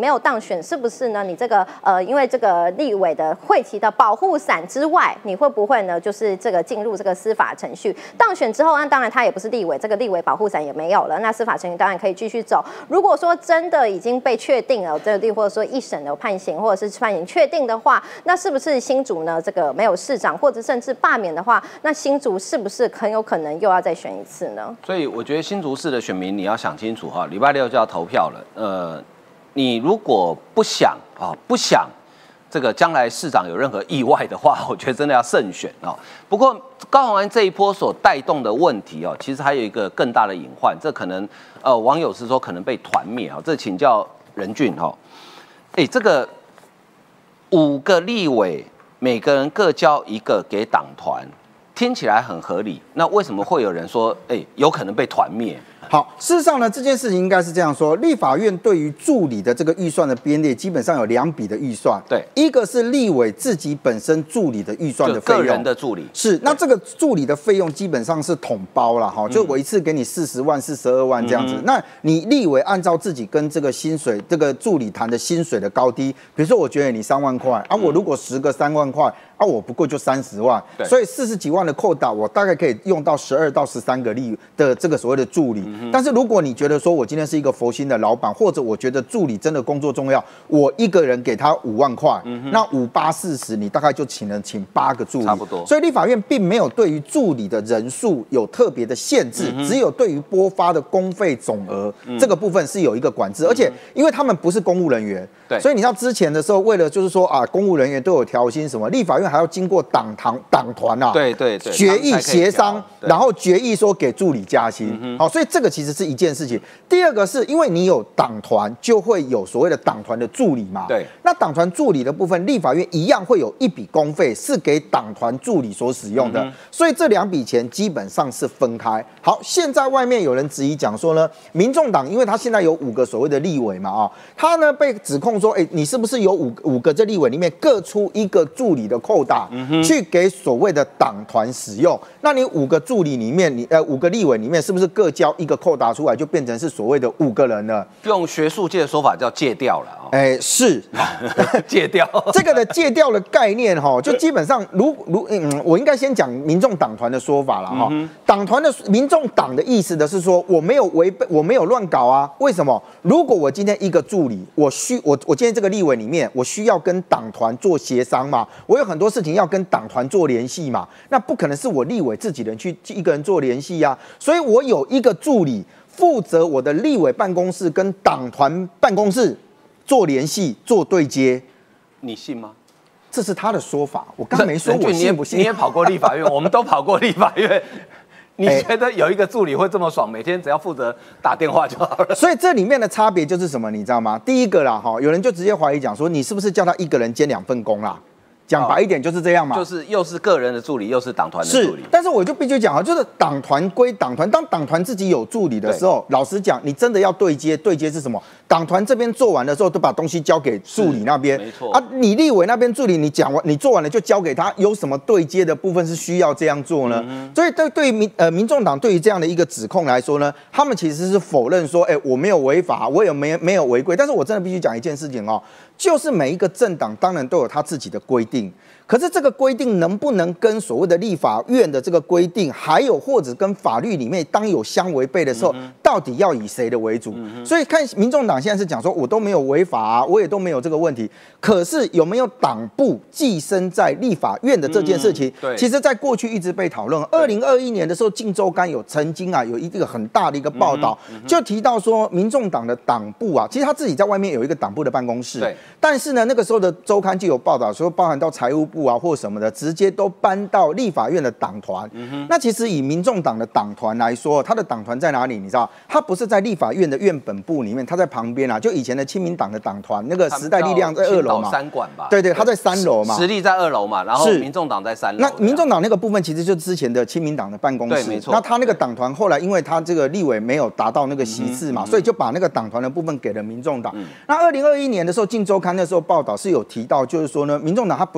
选是不是呢？你这个因为这个立委的会期的保护伞之外，你会不会呢？就是这个进入这个司法程序？当选之后，那当然他也不是立委，这个立委保护伞也没有了，那司法程序当然可以继续走。如果说真的已经被确定了这个或者说一审的判刑或者是判刑确定的话，那是不是新竹呢？这个没有市长或者甚至罢免的话，那新竹是不是很有可能又要再选一次呢？ 所以我觉得新竹市的选民你要想清楚哈，礼拜六就要投票了。你如果不想这个将来市长有任何意外的话，我觉得真的要慎选哦。不过高虹安这一波所带动的问题哦，其实还有一个更大的隐患，这可能网友是说可能被团灭哦。这请教仁俊哈，这个5个立委每个人各交1个给党团，听起来很合理。那为什么会有人说有可能被团灭？ 好，事实上呢，这件事情应该是这样说：立法院对于助理的这个预算的编列，基本上有2笔的预算。 对， 一个是立委自己本身助理的预算的费用， 个人的助理是。那这个助理的费用基本上是统包了哈，就我一次给你40万、42万这样子。那你立委按照自己跟这个薪水、这个助理谈的薪水的高低，比如说我觉得你3万块啊，我如果10个3万块。我不过就30万，所以40几万的扣打，我大概可以用到12到13个例的这个所谓的助理。但是如果你觉得说我今天是一个佛心的老板，或者我觉得助理真的工作重要，我一个人给他5万块，那5、8、40，你大概就请8个助理， 差不多。 所以立法院并没有对于助理的人数有特别的限制，只有对于拨发的公费总额这个部分是有一个管制，而且因为他们不是公务人员，所以你知道之前的时候，为了就是说公务人员都有调薪什么，立法院还要经过党团啊， 对， 决议协商，然后决议说给助理加薪，好，所以这个其实是一件事情。第二个是因为你有党团，就会有所谓的党团的助理嘛， 对， 那党团助理的部分，立法院一样会有一笔公费是给党团助理所使用的，所以这2笔钱基本上是分开。好，现在外面有人质疑讲说呢，民众党因为他现在有5个所谓的立委嘛，他呢被指控说，你是不是有五个这立委里面各出1个助理的扣打？去给所谓的党团使用，那你5个助理里面，你5个立委里面，是不是各交1个扣打出来，就变成是所谓的5个人了？ 用学术界的说法叫戒掉了是戒掉这个的戒掉的概念就基本上我应该先讲民众党团的说法了党团的民众党的意思的是说，我没有违背，我没有乱搞啊。为什么？如果我今天1个助理，我今天这个立委里面，我需要跟党团做协商嘛，我有很多事情要跟党团做联系嘛，那不可能是我立委自己人去1个人做联系啊，所以我有1个助理负责我的立委办公室跟党团办公室做联系、做对接， 你信吗？ 这是他的说法，我刚没说我信不信。 你也跑过立法院，我们都跑过立法院。你觉得有1个助理会这么爽，每天只要负责打电话就好了？ 所以这里面的差别就是什么，你知道吗？第一个啦，有人就直接怀疑讲说，你是不是叫他1个人兼2份工啦？讲白一点就是这样嘛， 就是又是个人的助理，又是党团的助理。 但是我就必须讲就是党团归党团，当党团自己有助理的时候，老实讲，你真的要对接，对接是什么？党团这边做完的时候，都把东西交给助理那边， 没错你立委那边助理，你讲完，你做完了就交给他，有什么对接的部分是需要这样做呢？所以对于民众党对于这样的一个指控来说呢，他们其实是否认说，我没有违法，我也没有违规。但是我真的必须讲一件事情就是每一个政党当然都有他自己的规定，可是这个规定能不能跟所谓的立法院的这个规定，还有或者跟法律里面当有相违背的时候，到底要以谁的为主？所以看民众党现在是讲说，我都没有违法啊，我也都没有这个问题。可是有没有党部寄生在立法院的这件事情，其实在过去一直被讨论。2021年的时候，《镜周刊》有曾经有一个很大的一个报道，就提到说，民众党的党部啊，其实他自己在外面有一个党部的办公室。但是呢，那个时候的周刊就有报道说，包含到财务部啊或什么的，直接都搬到立法院的党团。那其实以民众党的党团来说，他的党团在哪里？你知道，他不是在立法院的院本部里面，他在旁边啊，就以前的亲民党的党团，那个时代力量在2楼嘛， 三馆吧？ 对，他在3楼嘛， 实力在2楼嘛，然后民众党在3楼。 那民众党那个部分其实就是之前的亲民党的办公室， 对，没错。 那他那个党团后来因为他这个立委没有达到那个席次嘛，所以就把那个党团的部分给了民众党。那2021年的时候，《镜周刊》那时候报道是有提到，就是说呢，民众党他不断的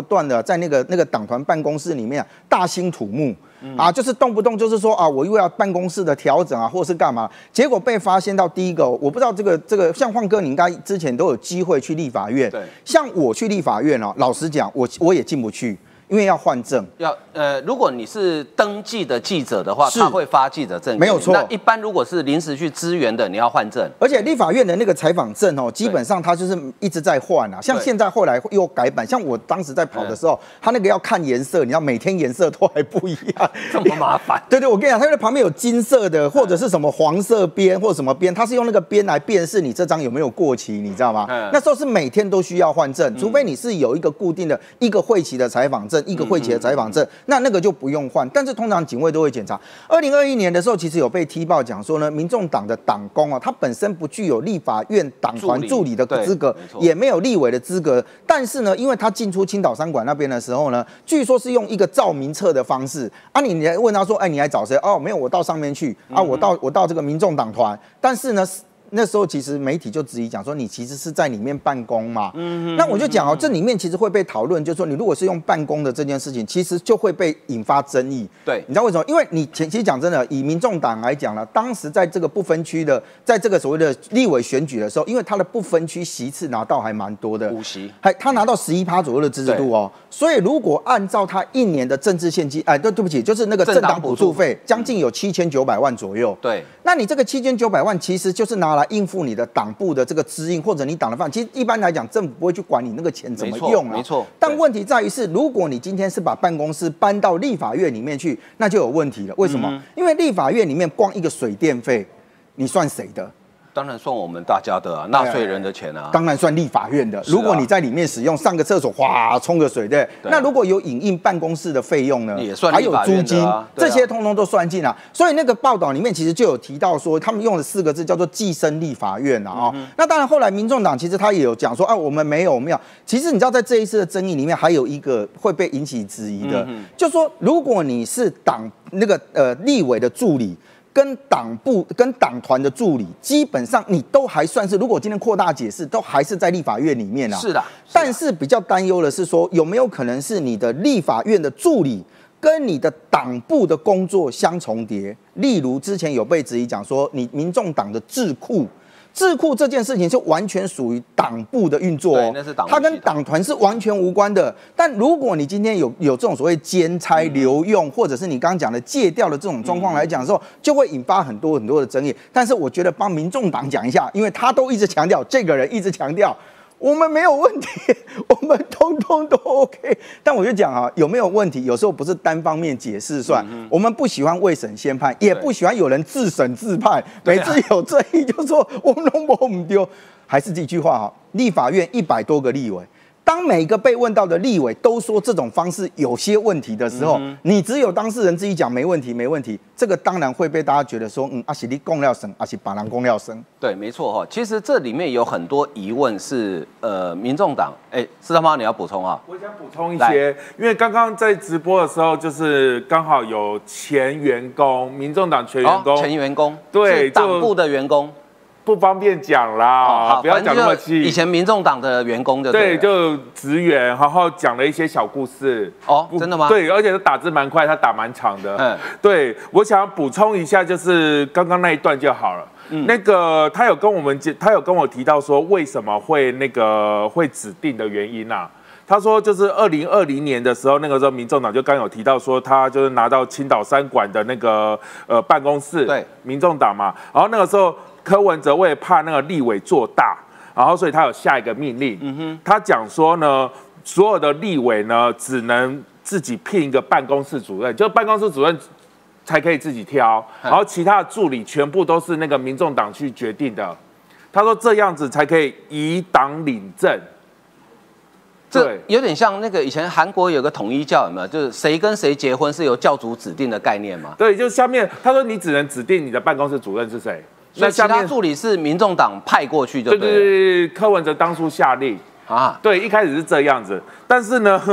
在那个党团办公室里面大兴土木。就是动不动就是说我又要办公室的调整或是干嘛，结果被发现到第一个，我不知道这个像晃哥，你应该之前都有机会去立法院，对，像我去立法院老实讲，我也进不去。因为要换证， 如果你是登记的记者的话，他会发记者证， 没有错。 那一般如果是临时去支援的，你要换证。 而且立法院的那个采访证基本上它就是一直在换像现在后来又改版，像我当时在跑的时候，它那个要看颜色，你知道每天颜色都还不一样， 这么麻烦。 对，我跟你讲，它那旁边有金色的或者是什么黄色边或者什么边，它是用那个边来辨识你这张有没有过期，你知道吗？那时候是每天都需要换证，除非你是有一个固定的一个会期的采访证，一个会期的采访。那个就不用换，但是通常警卫都会检查。2021年的时候，其实有被踢爆讲说呢，民众党的党工他本身不具有立法院党团助理的资格，也没有立委的资格。但是呢，因为他进出青岛三馆那边的时候呢，据说是用一个照名册的方式你来问他说，你来找谁？没有，我到上面去我到这个民众党团，但是呢。那时候其实媒体就质疑讲说，你其实是在里面办公嘛。那我就讲这里面其实会被讨论，就是说你如果是用办公的这件事情，其实就会被引发争议。 对， 你知道为什么？因为你其实讲真的，以民众党来讲呢，当时在这个不分区的，在这个所谓的立委选举的时候，因为他的不分区席次拿到还蛮多的 ，5席， 他拿到11%左右的支持度所以如果按照他一年的政治献金，对不起，就是那个政党补助费，将近有7900万左右。 对， 那你这个7900万其实就是拿来应付你的党部的这个支应，或者你党的饭。其实一般来讲，政府不会去管你那个钱怎么用没错。 但问题在于是，如果你今天是把办公室搬到立法院里面去，那就有问题了。为什么？因为立法院里面光一个水电费，你算谁的？ 当然算我们大家的纳税人的钱当然算立法院的。如果你在里面使用上个厕所，哗冲个水，对。那如果有影印办公室的费用呢？ 也算还有租金，这些通通都算进来。所以那个报道里面其实就有提到说，他们用了4个字叫做“寄生立法院”那当然后来民众党其实他也有讲说我们没有。其实你知道在这一次的争议里面，还有一个会被引起质疑的，就是说如果你是党那个立委的助理。跟党部、跟党团的助理，基本上你都还算是，如果今天扩大解释，都还是在立法院里面是的。 但是比较担忧的是说，有没有可能是你的立法院的助理跟你的党部的工作相重叠？例如之前有被质疑讲说，你民众党的智库这件事情就完全属于党部的运作那是党， 它跟党团是完全无关的。但如果你今天有这种所谓兼差留用，或者是你刚刚讲的借调的这种状况来讲的时候，就会引发很多的争议。但是我觉得帮民众党讲一下，因为他都一直强调，这个人一直强调。我们没有问题，我们通通都 OK。但我就讲有没有问题，有时候不是单方面解释算。我们不喜欢未审先判，也不喜欢有人自审自判。每次有争议就说我们弄不唔丢，还是这句话立法院100多个立委。当每个被问到的立委都说这种方式有些问题的时候，你只有当事人自己讲没问题，这个当然会被大家觉得说，是你供料省，是把人供料省。 对，没错其实这里面有很多疑问是，民众党，司长妈你要补充我想补充一些，因为刚刚在直播的时候，就是刚好有前员工，民众党前员工， 对，党部的员工。 不方便讲啦，不要讲那么细。 以前民众党的员工对，就职员，然后讲了一些小故事。 真的吗？ 对，而且他打字蛮快，他打蛮长的。对，我想要补充一下，就是刚刚那一段就好了。那个他有跟我提到说，为什么会会指定的原因啊？他说就是2020年的时候，那个时候民众党就刚有提到说，他就是拿到青岛三馆的那个办公室，对，民众党嘛，然后那个时候。柯文哲为了怕那个立委做大，然后所以他有下一个命令，他讲说呢，所有的立委呢只能自己聘一个办公室主任，就办公室主任才可以自己挑，然后其他的助理全部都是那个民众党去决定的。他说这样子才可以以党领政。 这有点像那个以前韩国有个统一教，有没有？就是谁跟谁结婚是由教主指定的概念嘛？ 对，就下面他说你只能指定你的办公室主任是谁。 那其他助理是民众党派过去对，柯文哲当初下令对，一开始是这样子，但是呢，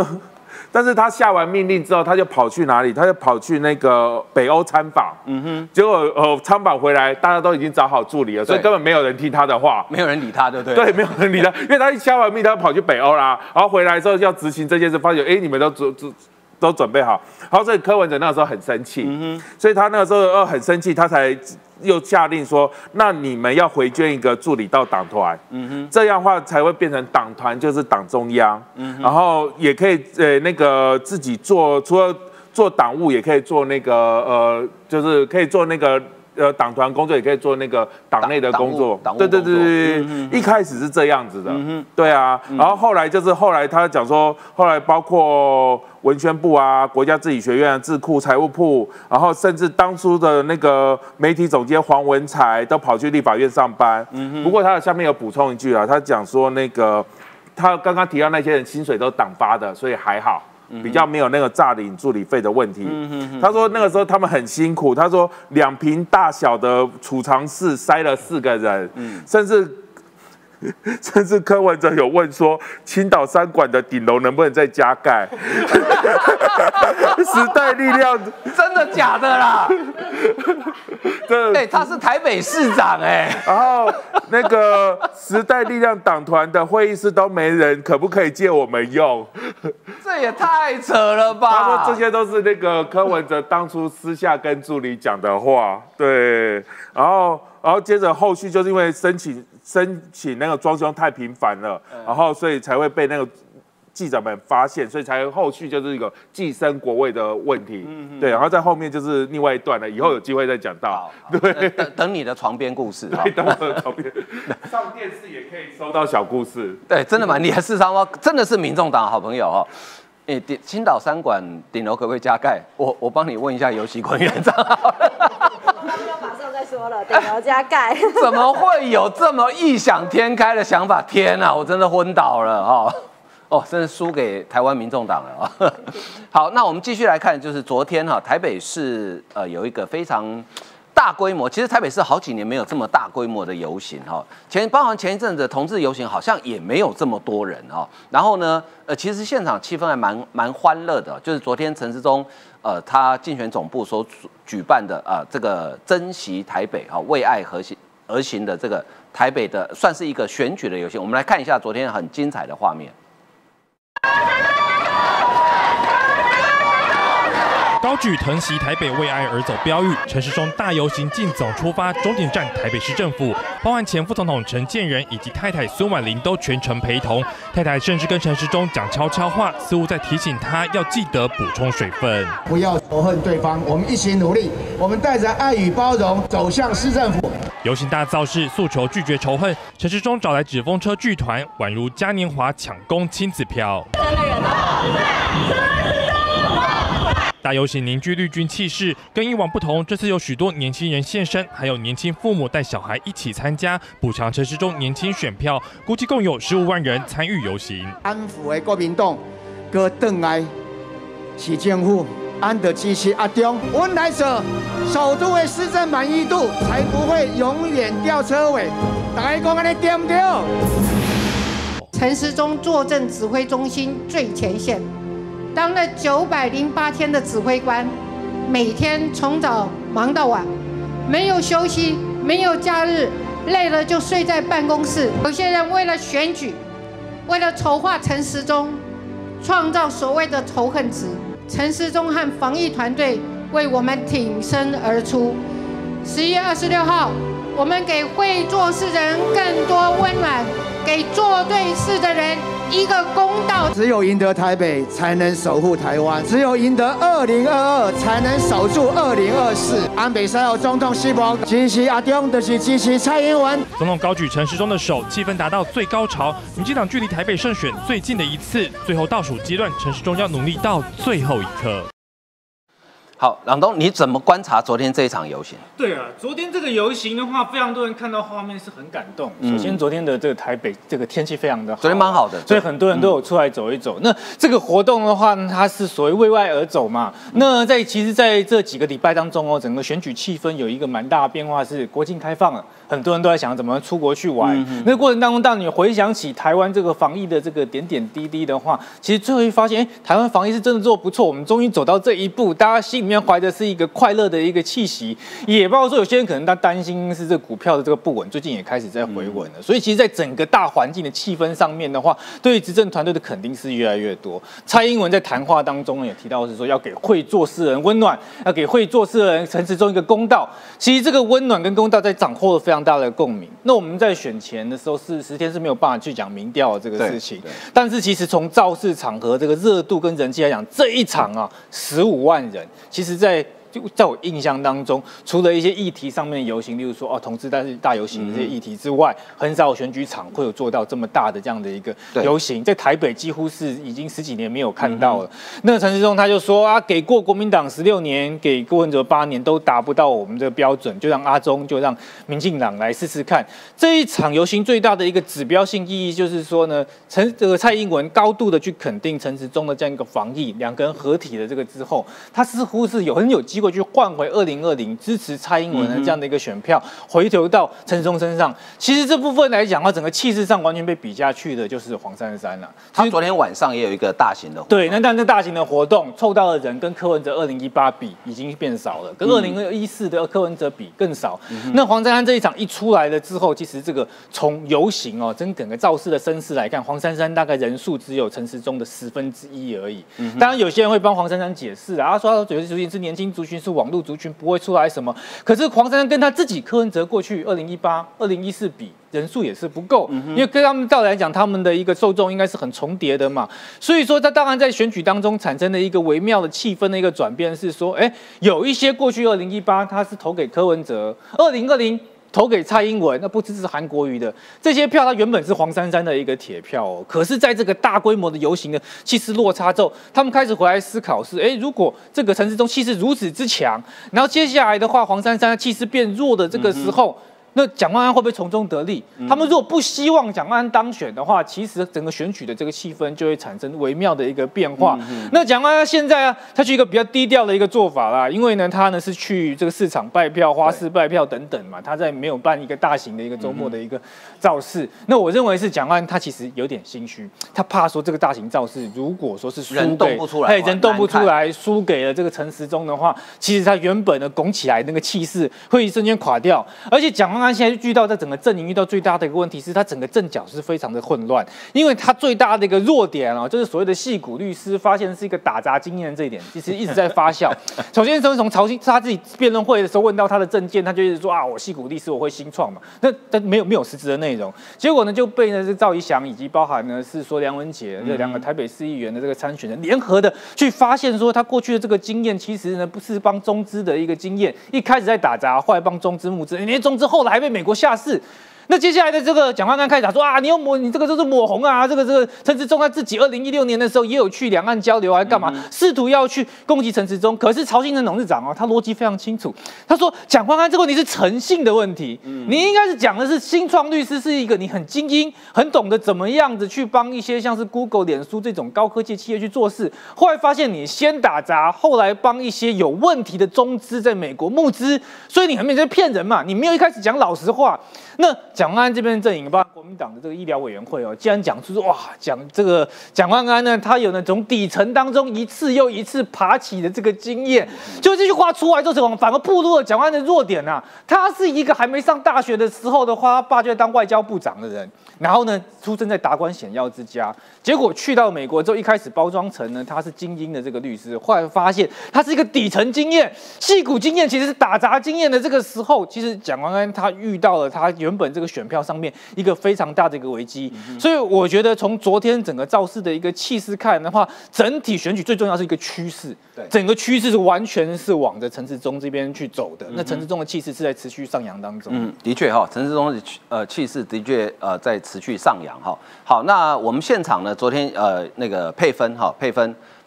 但是他下完命令之后，他就跑去哪里？他就跑去那个北欧参访。结果参访回来，大家都已经找好助理了，所以根本没有人听他的话， 没有人理他，对不对？ 对，没有人理他，因为他一下完命，他就跑去北欧啦，然后回来之后要执行这件事，发现你们都准备好，然后所以柯文哲那个时候很生气，所以他那个时候很生气，他才又下令说，那你们要回捐一个助理到党团，这样的话才会变成党团就是党中央，然后也可以那个自己做，除了做党务，也可以做那个就是可以做那个。党团工作也可以做那个党内的工作，对，一开始是这样子的，对啊，然后后来他讲说，后来包括文宣部啊、国家治理学院、智库、财务部，然后甚至当初的那个媒体总监黄文才都跑去立法院上班。不过他的下面有补充一句啊，他讲说那个他刚刚提到那些人薪水都党发的，所以还好。比较没有那个诈领助理费的问题。他说那个时候他们很辛苦，他说2坪大小的储藏室塞了4个人，甚至柯文哲有问说，青岛3馆的顶楼能不能再加盖？时代力量真的假的啦？他是台北市长然后那个时代力量党团的会议室都没人，可不可以借我们用？ 这也太扯了吧！ 他说这些都是那个柯文哲当初私下跟助理讲的话，对，然后接着后续就是因为申请那个装修太频繁了，然后所以才会被那个记者们发现，所以才后续就是一个寄生国位的问题，对，然后在后面就是另外一段了，以后有机会再讲到，对， 等你的床边故事， 对，等我的床边，上电视也可以收到小故事， 对，真的蛮厉害，4三八真的是民众党好朋友哦。青岛3馆顶楼可不可以加盖？我帮你问一下游锡堃院长好了。 马上再说了，顶楼加盖。 怎么会有这么异想天开的想法？天哪，我真的昏倒了真的输给台湾民众党了好，那我们继续来看，就是昨天台北市有一个非常大规模，其实台北市好几年没有这么大规模的游行包含前一阵子的同志游行，好像也没有这么多人然后呢，其实现场气氛还蛮欢乐的，就是昨天陈时中他竞选总部所举办的这个珍惜台北为爱而行的这个台北的算是一个选举的游行，我们来看一下昨天很精彩的画面。 高举疼惜台北为爱而走标语，陈时中大游行竞总出发，终点站台北市政府，包含前副总统陈建仁以及太太孙婉玲都全程陪同。太太甚至跟陈时中讲悄悄话，似乎在提醒他要记得补充水分， 不要仇恨对方，我们一起努力，我们带着爱与包容走向市政府。 游行大造势，诉求拒绝仇恨。陈时中找来纸风车剧团，宛如嘉年华抢攻亲子票。真的人大游行凝聚绿军气势，跟以往不同，这次有许多年轻人现身，还有年轻父母带小孩一起参加，补强陈时中年轻选票，估计共有15万人参与游行。 安抚的国民党，搁转来市政府安得支持阿中，阮来说，首都的市政满意度才不会永远吊车尾。大家讲安尼对不对？ 陈时中坐镇指挥中心最前线。当了908天的指挥官，每天从早忙到晚，没有休息，没有假日，累了就睡在办公室。有些人为了选举，为了筹划陈时中，创造所谓的仇恨值。陈时中和防疫团队为我们挺身而出。11月26号，我们给会做事人更多温暖，给做对事的人一个公道。 只有赢得台北，才能守护台湾；只有赢得2022，才能守住2024。安倍3号总统希望支持阿中，就是支持蔡英文。 总统高举陈时中的手，气氛达到最高潮。民进党距离台北胜选最近的一次，最后倒数阶段，陈时中要努力到最后一刻。 好，朗东，你怎么观察昨天这一场游行？ 对啊，昨天这个游行的话，非常多人看到画面是很感动。首先，昨天的这个台北这个天气非常的好， 昨天蛮好的， 所以很多人都有出来走一走。那这个活动的话，它是所谓为外而走嘛。那其实在这几个礼拜当中哦，整个选举气氛有一个蛮大的变化，是国境开放了，很多人都在想怎么出国去玩。那过程当中，当你回想起台湾这个防疫的这个点点滴滴的话，其实最后会发现，台湾防疫是真的做得不错，我们终于走到这一步，大家心里面怀的是一个快乐的一个气息，也包括说有些人可能他担心是这股票的这个不稳，最近也开始在回稳了。所以其实，在整个大环境的气氛上面的话，对于执政团队的肯定是越来越多。蔡英文在谈话当中也提到是说，要给会做事人温暖，要给会做事人陈时中一个公道。其实这个温暖跟公道在掌握了非常大的共鸣。那我们在选前的时候是10天是没有办法去讲民调的这个事情，但是其实从造势场合这个热度跟人气来讲，这一场啊15万人，其实在我印象当中，除了一些议题上面的游行，例如说同志大游行的这些议题之外，很少有选举场会有做到这么大的这样的一个游行，在台北几乎是已经10几年没有看到了。那陈时中他就说啊，给过国民党16年，给柯文哲8年都达不到我们的标准，就让阿中就让民进党来试试看。这一场游行最大的一个指标性意义就是说呢，蔡英文高度的去肯定陈时中的这样一个防疫，两个人合体的这个之后，他似乎是很有机会去换回2020支持蔡英文的这样的一个选票，回头到陈时中身上。其实这部分来讲，它整个气势上完全被比下去的就是黄珊珊了。 他昨天晚上也有一个大型的活动， 对，那大型的活动凑到的人跟柯文哲2018比已经变少了，跟2014的柯文哲比更少。那黄珊珊这一场一出来了之后，其实这个从游行哦，整个造势的声势来看，黄珊珊大概人数只有陈时中的1/10而已。当然有些人会帮黄珊珊解释啊，他说他主要是年轻族群，是网络族群，不会出来什么。可是黄珊珊跟他自己柯文哲过去2018、2014比，人数也是不够，因为跟他们道理来讲，他们的一个受众应该是很重叠的嘛。所以说，他当然在选举当中产生的一个微妙的气氛的一个转变是说，有一些过去2018他是投给柯文哲，2020投给蔡英文，那不支持韩国瑜的这些票，它原本是黄珊珊的一个铁票哦。可是，在这个大规模的游行的气势落差之后，他们开始回来思考是：如果这个陈时中气势如此之强，然后接下来的话，黄珊珊气势变弱的这个时候。那蒋万安会不会从中得利？他们如果不希望蒋万安当选的话，其实整个选举的这个气氛就会产生微妙的一个变化。那蒋万安现在啊，他去一个比较低调的一个做法啦，因为呢，他呢是去这个市场拜票、花市拜票等等嘛，他在没有办一个大型的一个周末的一个造势。那我认为是蒋万安他其实有点心虚，他怕说这个大型造势如果说是人动不出来， 人动不出来，输给了这个陈时中的话，其实他原本的拱起来那个气势会一瞬间垮掉，而且蒋万安现在遇到在整个阵营遇到最大的一个问题是，他整个阵脚是非常的混乱，因为他最大的一个弱点啊，就是所谓的矽谷律师发现是一个打砸经验这一点，其实一直在发酵。首先从他自己辩论会的时候问到他的政见，他就一直说啊，我矽谷律师我会新创嘛，但没有实质的内容，结果呢就被呢是赵怡翔以及包含呢是说梁文杰这两个台北市议员的这个参选人联合的去发现说，他过去的这个经验其实呢不是帮中资的一个经验，一开始在打砸，后来帮中资募资，连中资后来还被美国下市。那接下来的这个蒋万安开始打说啊，你这个就是抹红啊，这个陈时中他自己2016年的时候也有去两岸交流，还干嘛，试图要去攻击陈时中。可是曹新成董事长他逻辑非常清楚，他说蒋万安这个问题是诚信的问题，你应该是讲的是新创律师是一个你很精英，很懂得怎么样子去帮一些像是 Google、脸书这种高科技企业去做事，后来发现你先打砸，后来帮一些有问题的中资在美国募资，所以你很明显在骗人嘛，你没有一开始讲老实话。那蒋万安这边的阵营，包括国民党的这个医疗委员会既然讲出说哇，讲这个蒋万安呢，他有那种底层当中一次又一次爬起的这个经验，就这句话出来之后，反而暴露了蒋万安的弱点啊。他是一个还没上大学的时候的话，他爸就在当外交部长的人，然后呢，出生在达官显要之家，结果去到美国之后，一开始包装成呢他是精英的这个律师，后来发现他是一个底层经验、矽谷经验，其实是打砸经验的这个时候，其实蒋万安他遇到了他原本这个选票上面一个非常大的一个危机，所以我觉得从昨天整个造势的一个气势看的话，整体选举最重要是一个趋势，整个趋势是完全是往着陈时中这边去走的。那陈时中的气势是在持续上扬当中。 的确陈时中的气势的确在持续上扬好，那我们现场呢，昨天那个配分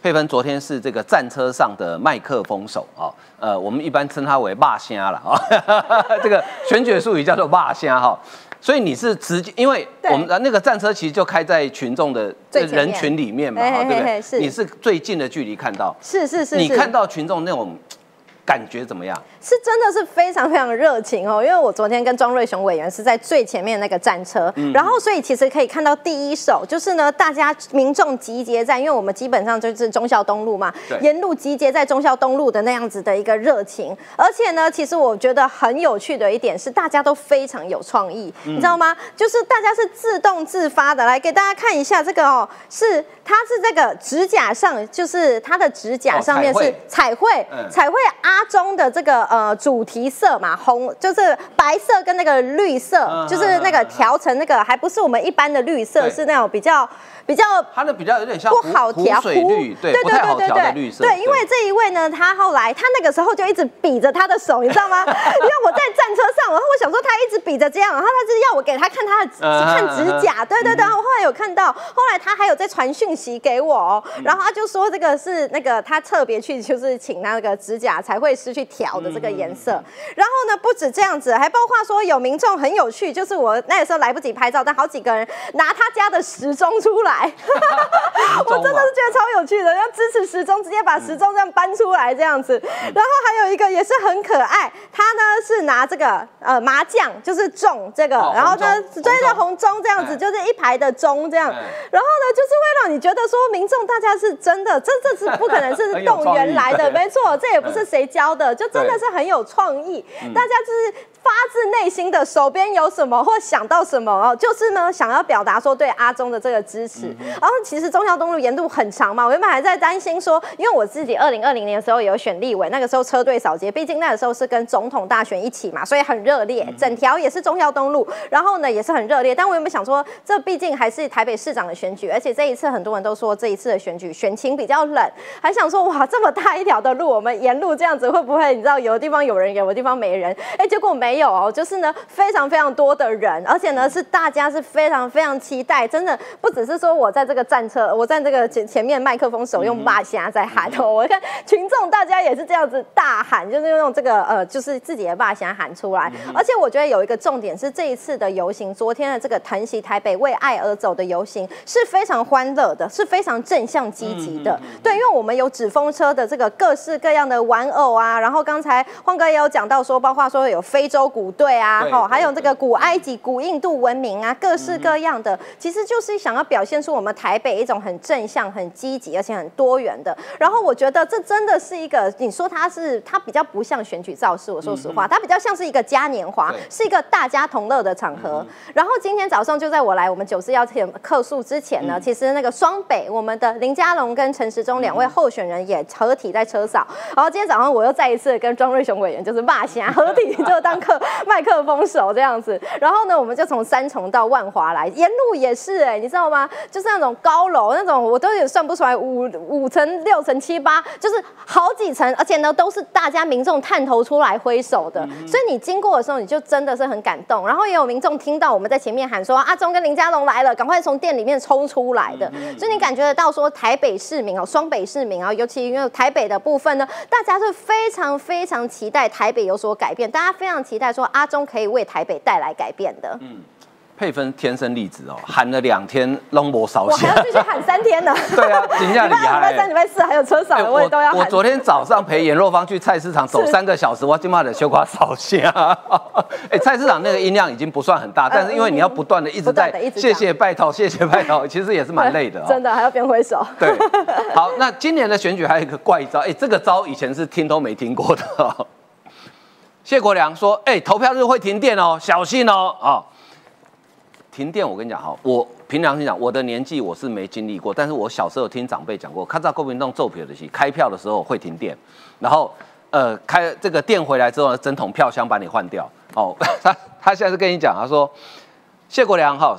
佩芬昨天是这个战车上的麦克风手啊，我们一般称他为骂虾了啊，这个选举术语叫做骂虾哈。所以你是直接，因为我们那个战车其实就开在群众的人群里面嘛，对不对？你是最近的距离看到， 是。 你看到群众那种感觉怎么样？ 是真的是非常非常热情哦，因为我昨天跟庄瑞雄委员是在最前面那个战车，然后所以其实可以看到第一手就是呢，大家民众集结在，因为我们基本上就是忠孝东路嘛，沿路集结在忠孝东路的那样子的一个热情，而且呢，其实我觉得很有趣的一点是，大家都非常有创意，你知道吗？就是大家是自动自发的，来给大家看一下这个哦，它是这个指甲上，就是它的指甲上面是彩绘阿中的这个主题色嘛，红就是白色跟那个绿色，就是那个调成那个还不是我们一般的绿色，是那种比较， 它的比较有点像不好调水绿，对，不太好调的绿色。 对，因为这一位呢，他后来他那个时候就一直比着他的手，你知道吗？因为我在战车上，然后我想说他一直比着这样，然后他是要我给他看他的看指甲，对，我后来有看到，后来他还有在传讯息给我哦，然后他就说这个是那个他特别去就是请那个指甲彩绘师去调的这个颜色，然后呢不止这样子，还包括说有民众很有趣，就是我那个时候来不及拍照，但好几个人拿他家的时钟出来。我真的是觉得超有趣的，要支持时钟，直接把时钟这样搬出来这样子。然后还有一个也是很可爱，他呢是拿这个麻将，就是中这个，然后呢追着红钟这样子，就是一排的钟这样。然后呢就是会让你觉得说民众大家是真的，这是不可能是动员来的，没错，这也不是谁教的，就真的是很有创意，大家就是发自内心的手边有什么或想到什么哦，就是呢想要表达说对阿中的这个支持。然后其实忠孝东路沿路很长嘛，我原本还在担心说，因为我自己2020年的时候也有选立委，那个时候车队扫街，毕竟那个时候是跟总统大选一起嘛，所以很热烈，整条也是忠孝东路，然后呢也是很热烈。但我原本想说，这毕竟还是台北市长的选举，而且这一次很多人都说这一次的选举选情比较冷，还想说哇这么大一条的路，我们沿路这样子会不会你知道有的地方有人，有的地方没人？结果没有哦，就是呢非常非常多的人，而且呢是大家是非常非常期待，真的不只是说我在这个战车，我在这个前面麦克风手用骂虾在喊哦，我看群众大家也是这样子大喊，就是用这个就是自己的骂虾喊出来。而且我觉得有一个重点是这一次的游行，昨天的这个疼惜台北为爱而走的游行是非常欢乐的，是非常正向积极的。对，因为我们有纸风车的这个各式各样的玩偶啊，然后刚才晃哥也有讲到说，包括说有非洲鼓队啊，还有这个古埃及、古印度文明啊，各式各样的，其实就是想要表现出我们台北一种很正向、很积极，而且很多元的。然后我觉得这真的是一个，你说它比较不像选举造势，我说实话，它比较像是一个嘉年华，是一个大家同乐的场合。然后今天早上就在我来我们94要客诉之前呢，其实那个双北我们的林佳龙跟陈时中2位候选人也合体在车上。然后今天早上我又再一次跟庄瑞雄委员就是骂虾合体，就当麦克风手这样子。然后呢，我们就从三重到万华来，沿路也是你知道吗？就是那种高楼那种，我都也算不出来5层、6层、7、8，就是好几层，而且呢都是大家民众探头出来挥手的，所以你经过的时候，你就真的是很感动。然后也有民众听到我们在前面喊说阿中跟林佳龙来了，赶快从店里面冲出来的，所以你感觉得到说台北市民双北市民尤其因为台北的部分呢，大家是非常非常期待台北有所改变，大家非常期待说阿中可以为台北带来改变的。 佩芬天生丽质喊了2天拢无烧香， 我还要继续喊3天呢。 对啊，真的厉害。 礼拜3、礼拜4还有车少的，我也都要喊。 我昨天早上陪颜若芳去菜市场走3个小时，我今晚的修夸烧香。菜市场那个音量已经不算很大，但是因为你要不断的一直在谢谢拜托，谢谢拜托，其实也是蛮累的。 真的还要边挥手。 对，好，那今年的选举还有一个怪招，这个招以前是听都没听过的。谢国良说，投票日会停电哦，小心哦。停电，我跟你讲我凭良心讲，我的年纪我是没经历过，但是我小时候听长辈讲过，看到国民党做票的时候，开票的时候会停电，然后开这个电回来之后呢，整桶票箱把你换掉。他现在是跟你讲，他说谢国良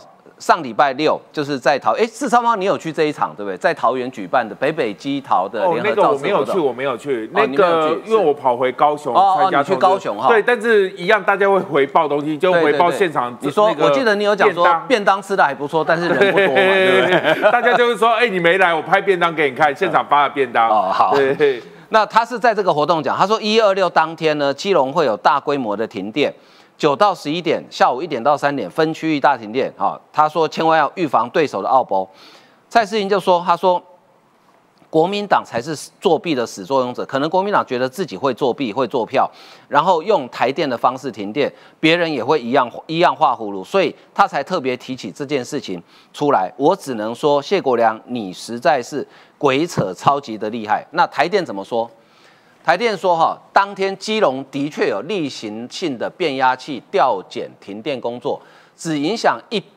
上礼拜六就是在四超猫，你有去这一场对不对？在桃园举办的北基桃的联合造势活动。 我没有去。那个因为我跑回高雄参加。 你去高雄哈？ 对，但是一样，大家会回报东西，就回报现场。 你说，我记得你有讲说便当吃的还不错，但是人不多嘛，对不对？ 大家就会说，你没来，我拍便当给你看，现场发的便当。 好。对。那他是在这个活动讲，他说1月26当天呢，基隆会有大规模的停电。9到11点，下午1点到3点分区域大停电。他说千万要预防对手的奥博。蔡世英就说，他说国民党才是作弊的始作俑者，可能国民党觉得自己会作弊、会做票，然后用台电的方式停电，别人也会一样画葫芦，所以他才特别提起这件事情出来。我只能说，谢国良，你实在是鬼扯超级的厉害。那台电怎么说？台电说，当天基隆的确有例行性的变压器调检停电工作，只影响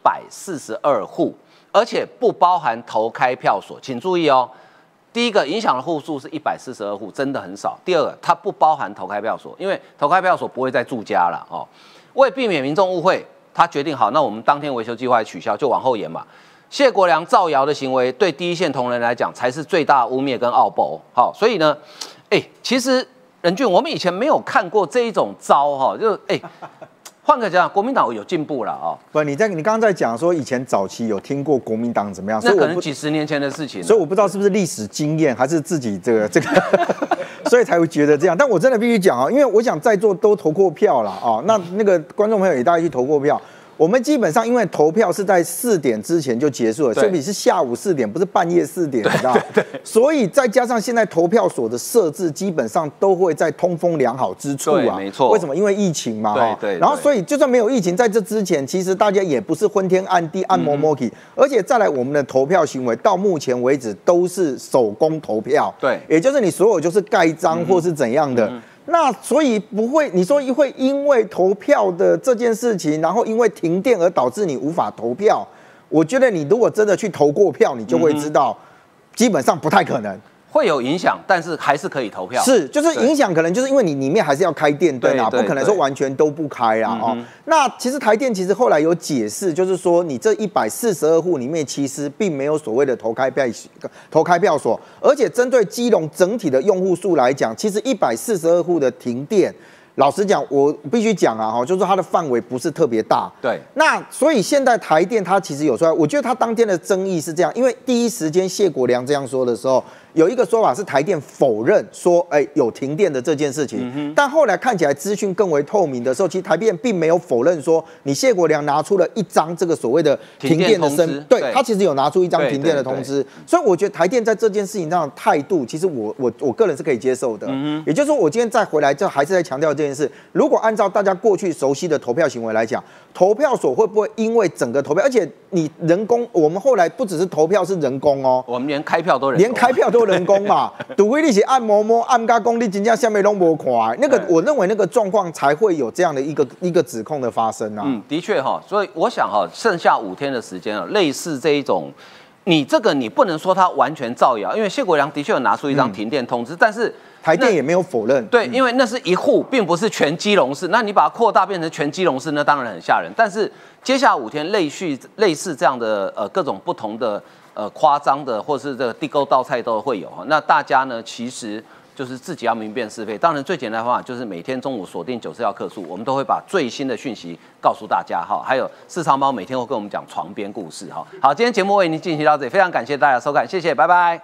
142户，而且不包含投开票所。请注意哦，第一个影响的户数是142户，真的很少。第二个，它不包含投开票所，因为投开票所不会再住家了哦。为避免民众误会，他决定好，那我们当天维修计划取消，就往后延嘛。谢国良造谣的行为，对第一线同仁来讲才是最大污蔑跟奥博。好，所以呢。其实任俊，我们以前没有看过这一种招就换个讲，国民党有进步了不，你刚刚在讲说以前早期有听过国民党怎么样， 那可能几十年前的事情， 所以我不知道是不是历史经验，还是自己这个，所以才会觉得这样。但我真的必须讲因为我想在座都投过票了那个观众朋友也大概去投过票。我们基本上因为投票是在4点之前就结束了，所以你是下午4点，不是半夜4点，你知道？对。所以再加上现在投票所的设置，基本上都会在通风良好之处啊。没错。 为什么？因为疫情嘛， 对。 然后所以就算没有疫情，在这之前，其实大家也不是昏天暗地按摩摩 k， 而且再来我们的投票行为到目前为止都是手工投票， 对， 也就是你所有就是盖章或是怎样的。那所以不会，你说会因为投票的这件事情，然后因为停电而导致你无法投票？我觉得你如果真的去投过票，你就会知道，基本上不太可能。 会有影响，但是还是可以投票。 是，就是影响可能就是因为你里面还是要开电灯不可能说完全都不开啦那其实台电其实后来有解释，就是说你这142户里面其实并没有所谓的投开票所，而且针对基隆整体的用户数来讲，其实142户的停电。老实讲，我必须讲就是它的范围不是特别大。 对。 那所以现在台电它其实有出来，我觉得它当天的争议是这样，因为第一时间谢国良这样说的时候，有一个说法是台电否认说，有停电的这件事情。但后来看起来资讯更为透明的时候，其实台电并没有否认说，你谢国良拿出了一张这个所谓的停电的对，他其实有拿出一张停电的通知。所以我觉得台电在这件事情上的态度，其实我个人是可以接受的。也就是说，我今天再回来，就还是在强调这件事。如果按照大家过去熟悉的投票行为来讲，投票所会不会因为整个投票，而且你人工，我们后来不只是投票是人工我们连开票都人工嘛，除非你是按摩摸按加工，你真正下面都没看，那个我认为那个状况才会有这样的一个指控的发生的确所以我想剩下5天的时间类似这一种。你不能说他完全造谣，因为谢国良的确有拿出一张停电通知，但是台电也没有否认。 对，因为那是一户，并不是全基隆市。那你把它扩大变成全基隆市，那当然很吓人。但是接下来5天类似这样的各种不同的夸张的，或是这个地沟倒菜都会有那大家呢，其实就是自己要明辨是非。当然最简单的方法就是每天中午锁定94要客诉，我们都会把最新的讯息告诉大家还有四超猫每天会跟我们讲床边故事好，今天节目为您进行到这里，非常感谢大家收看，谢谢，拜拜。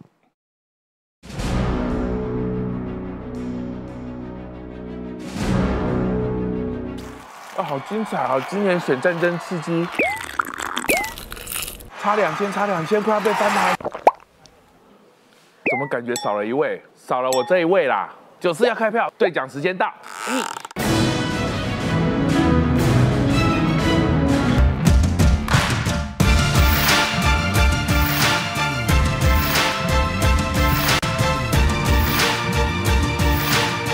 好精彩今年选战争刺激，差2000，快要被翻盘。怎么感觉少了一位？少了我这一位啦！94要开票，兑奖时间到。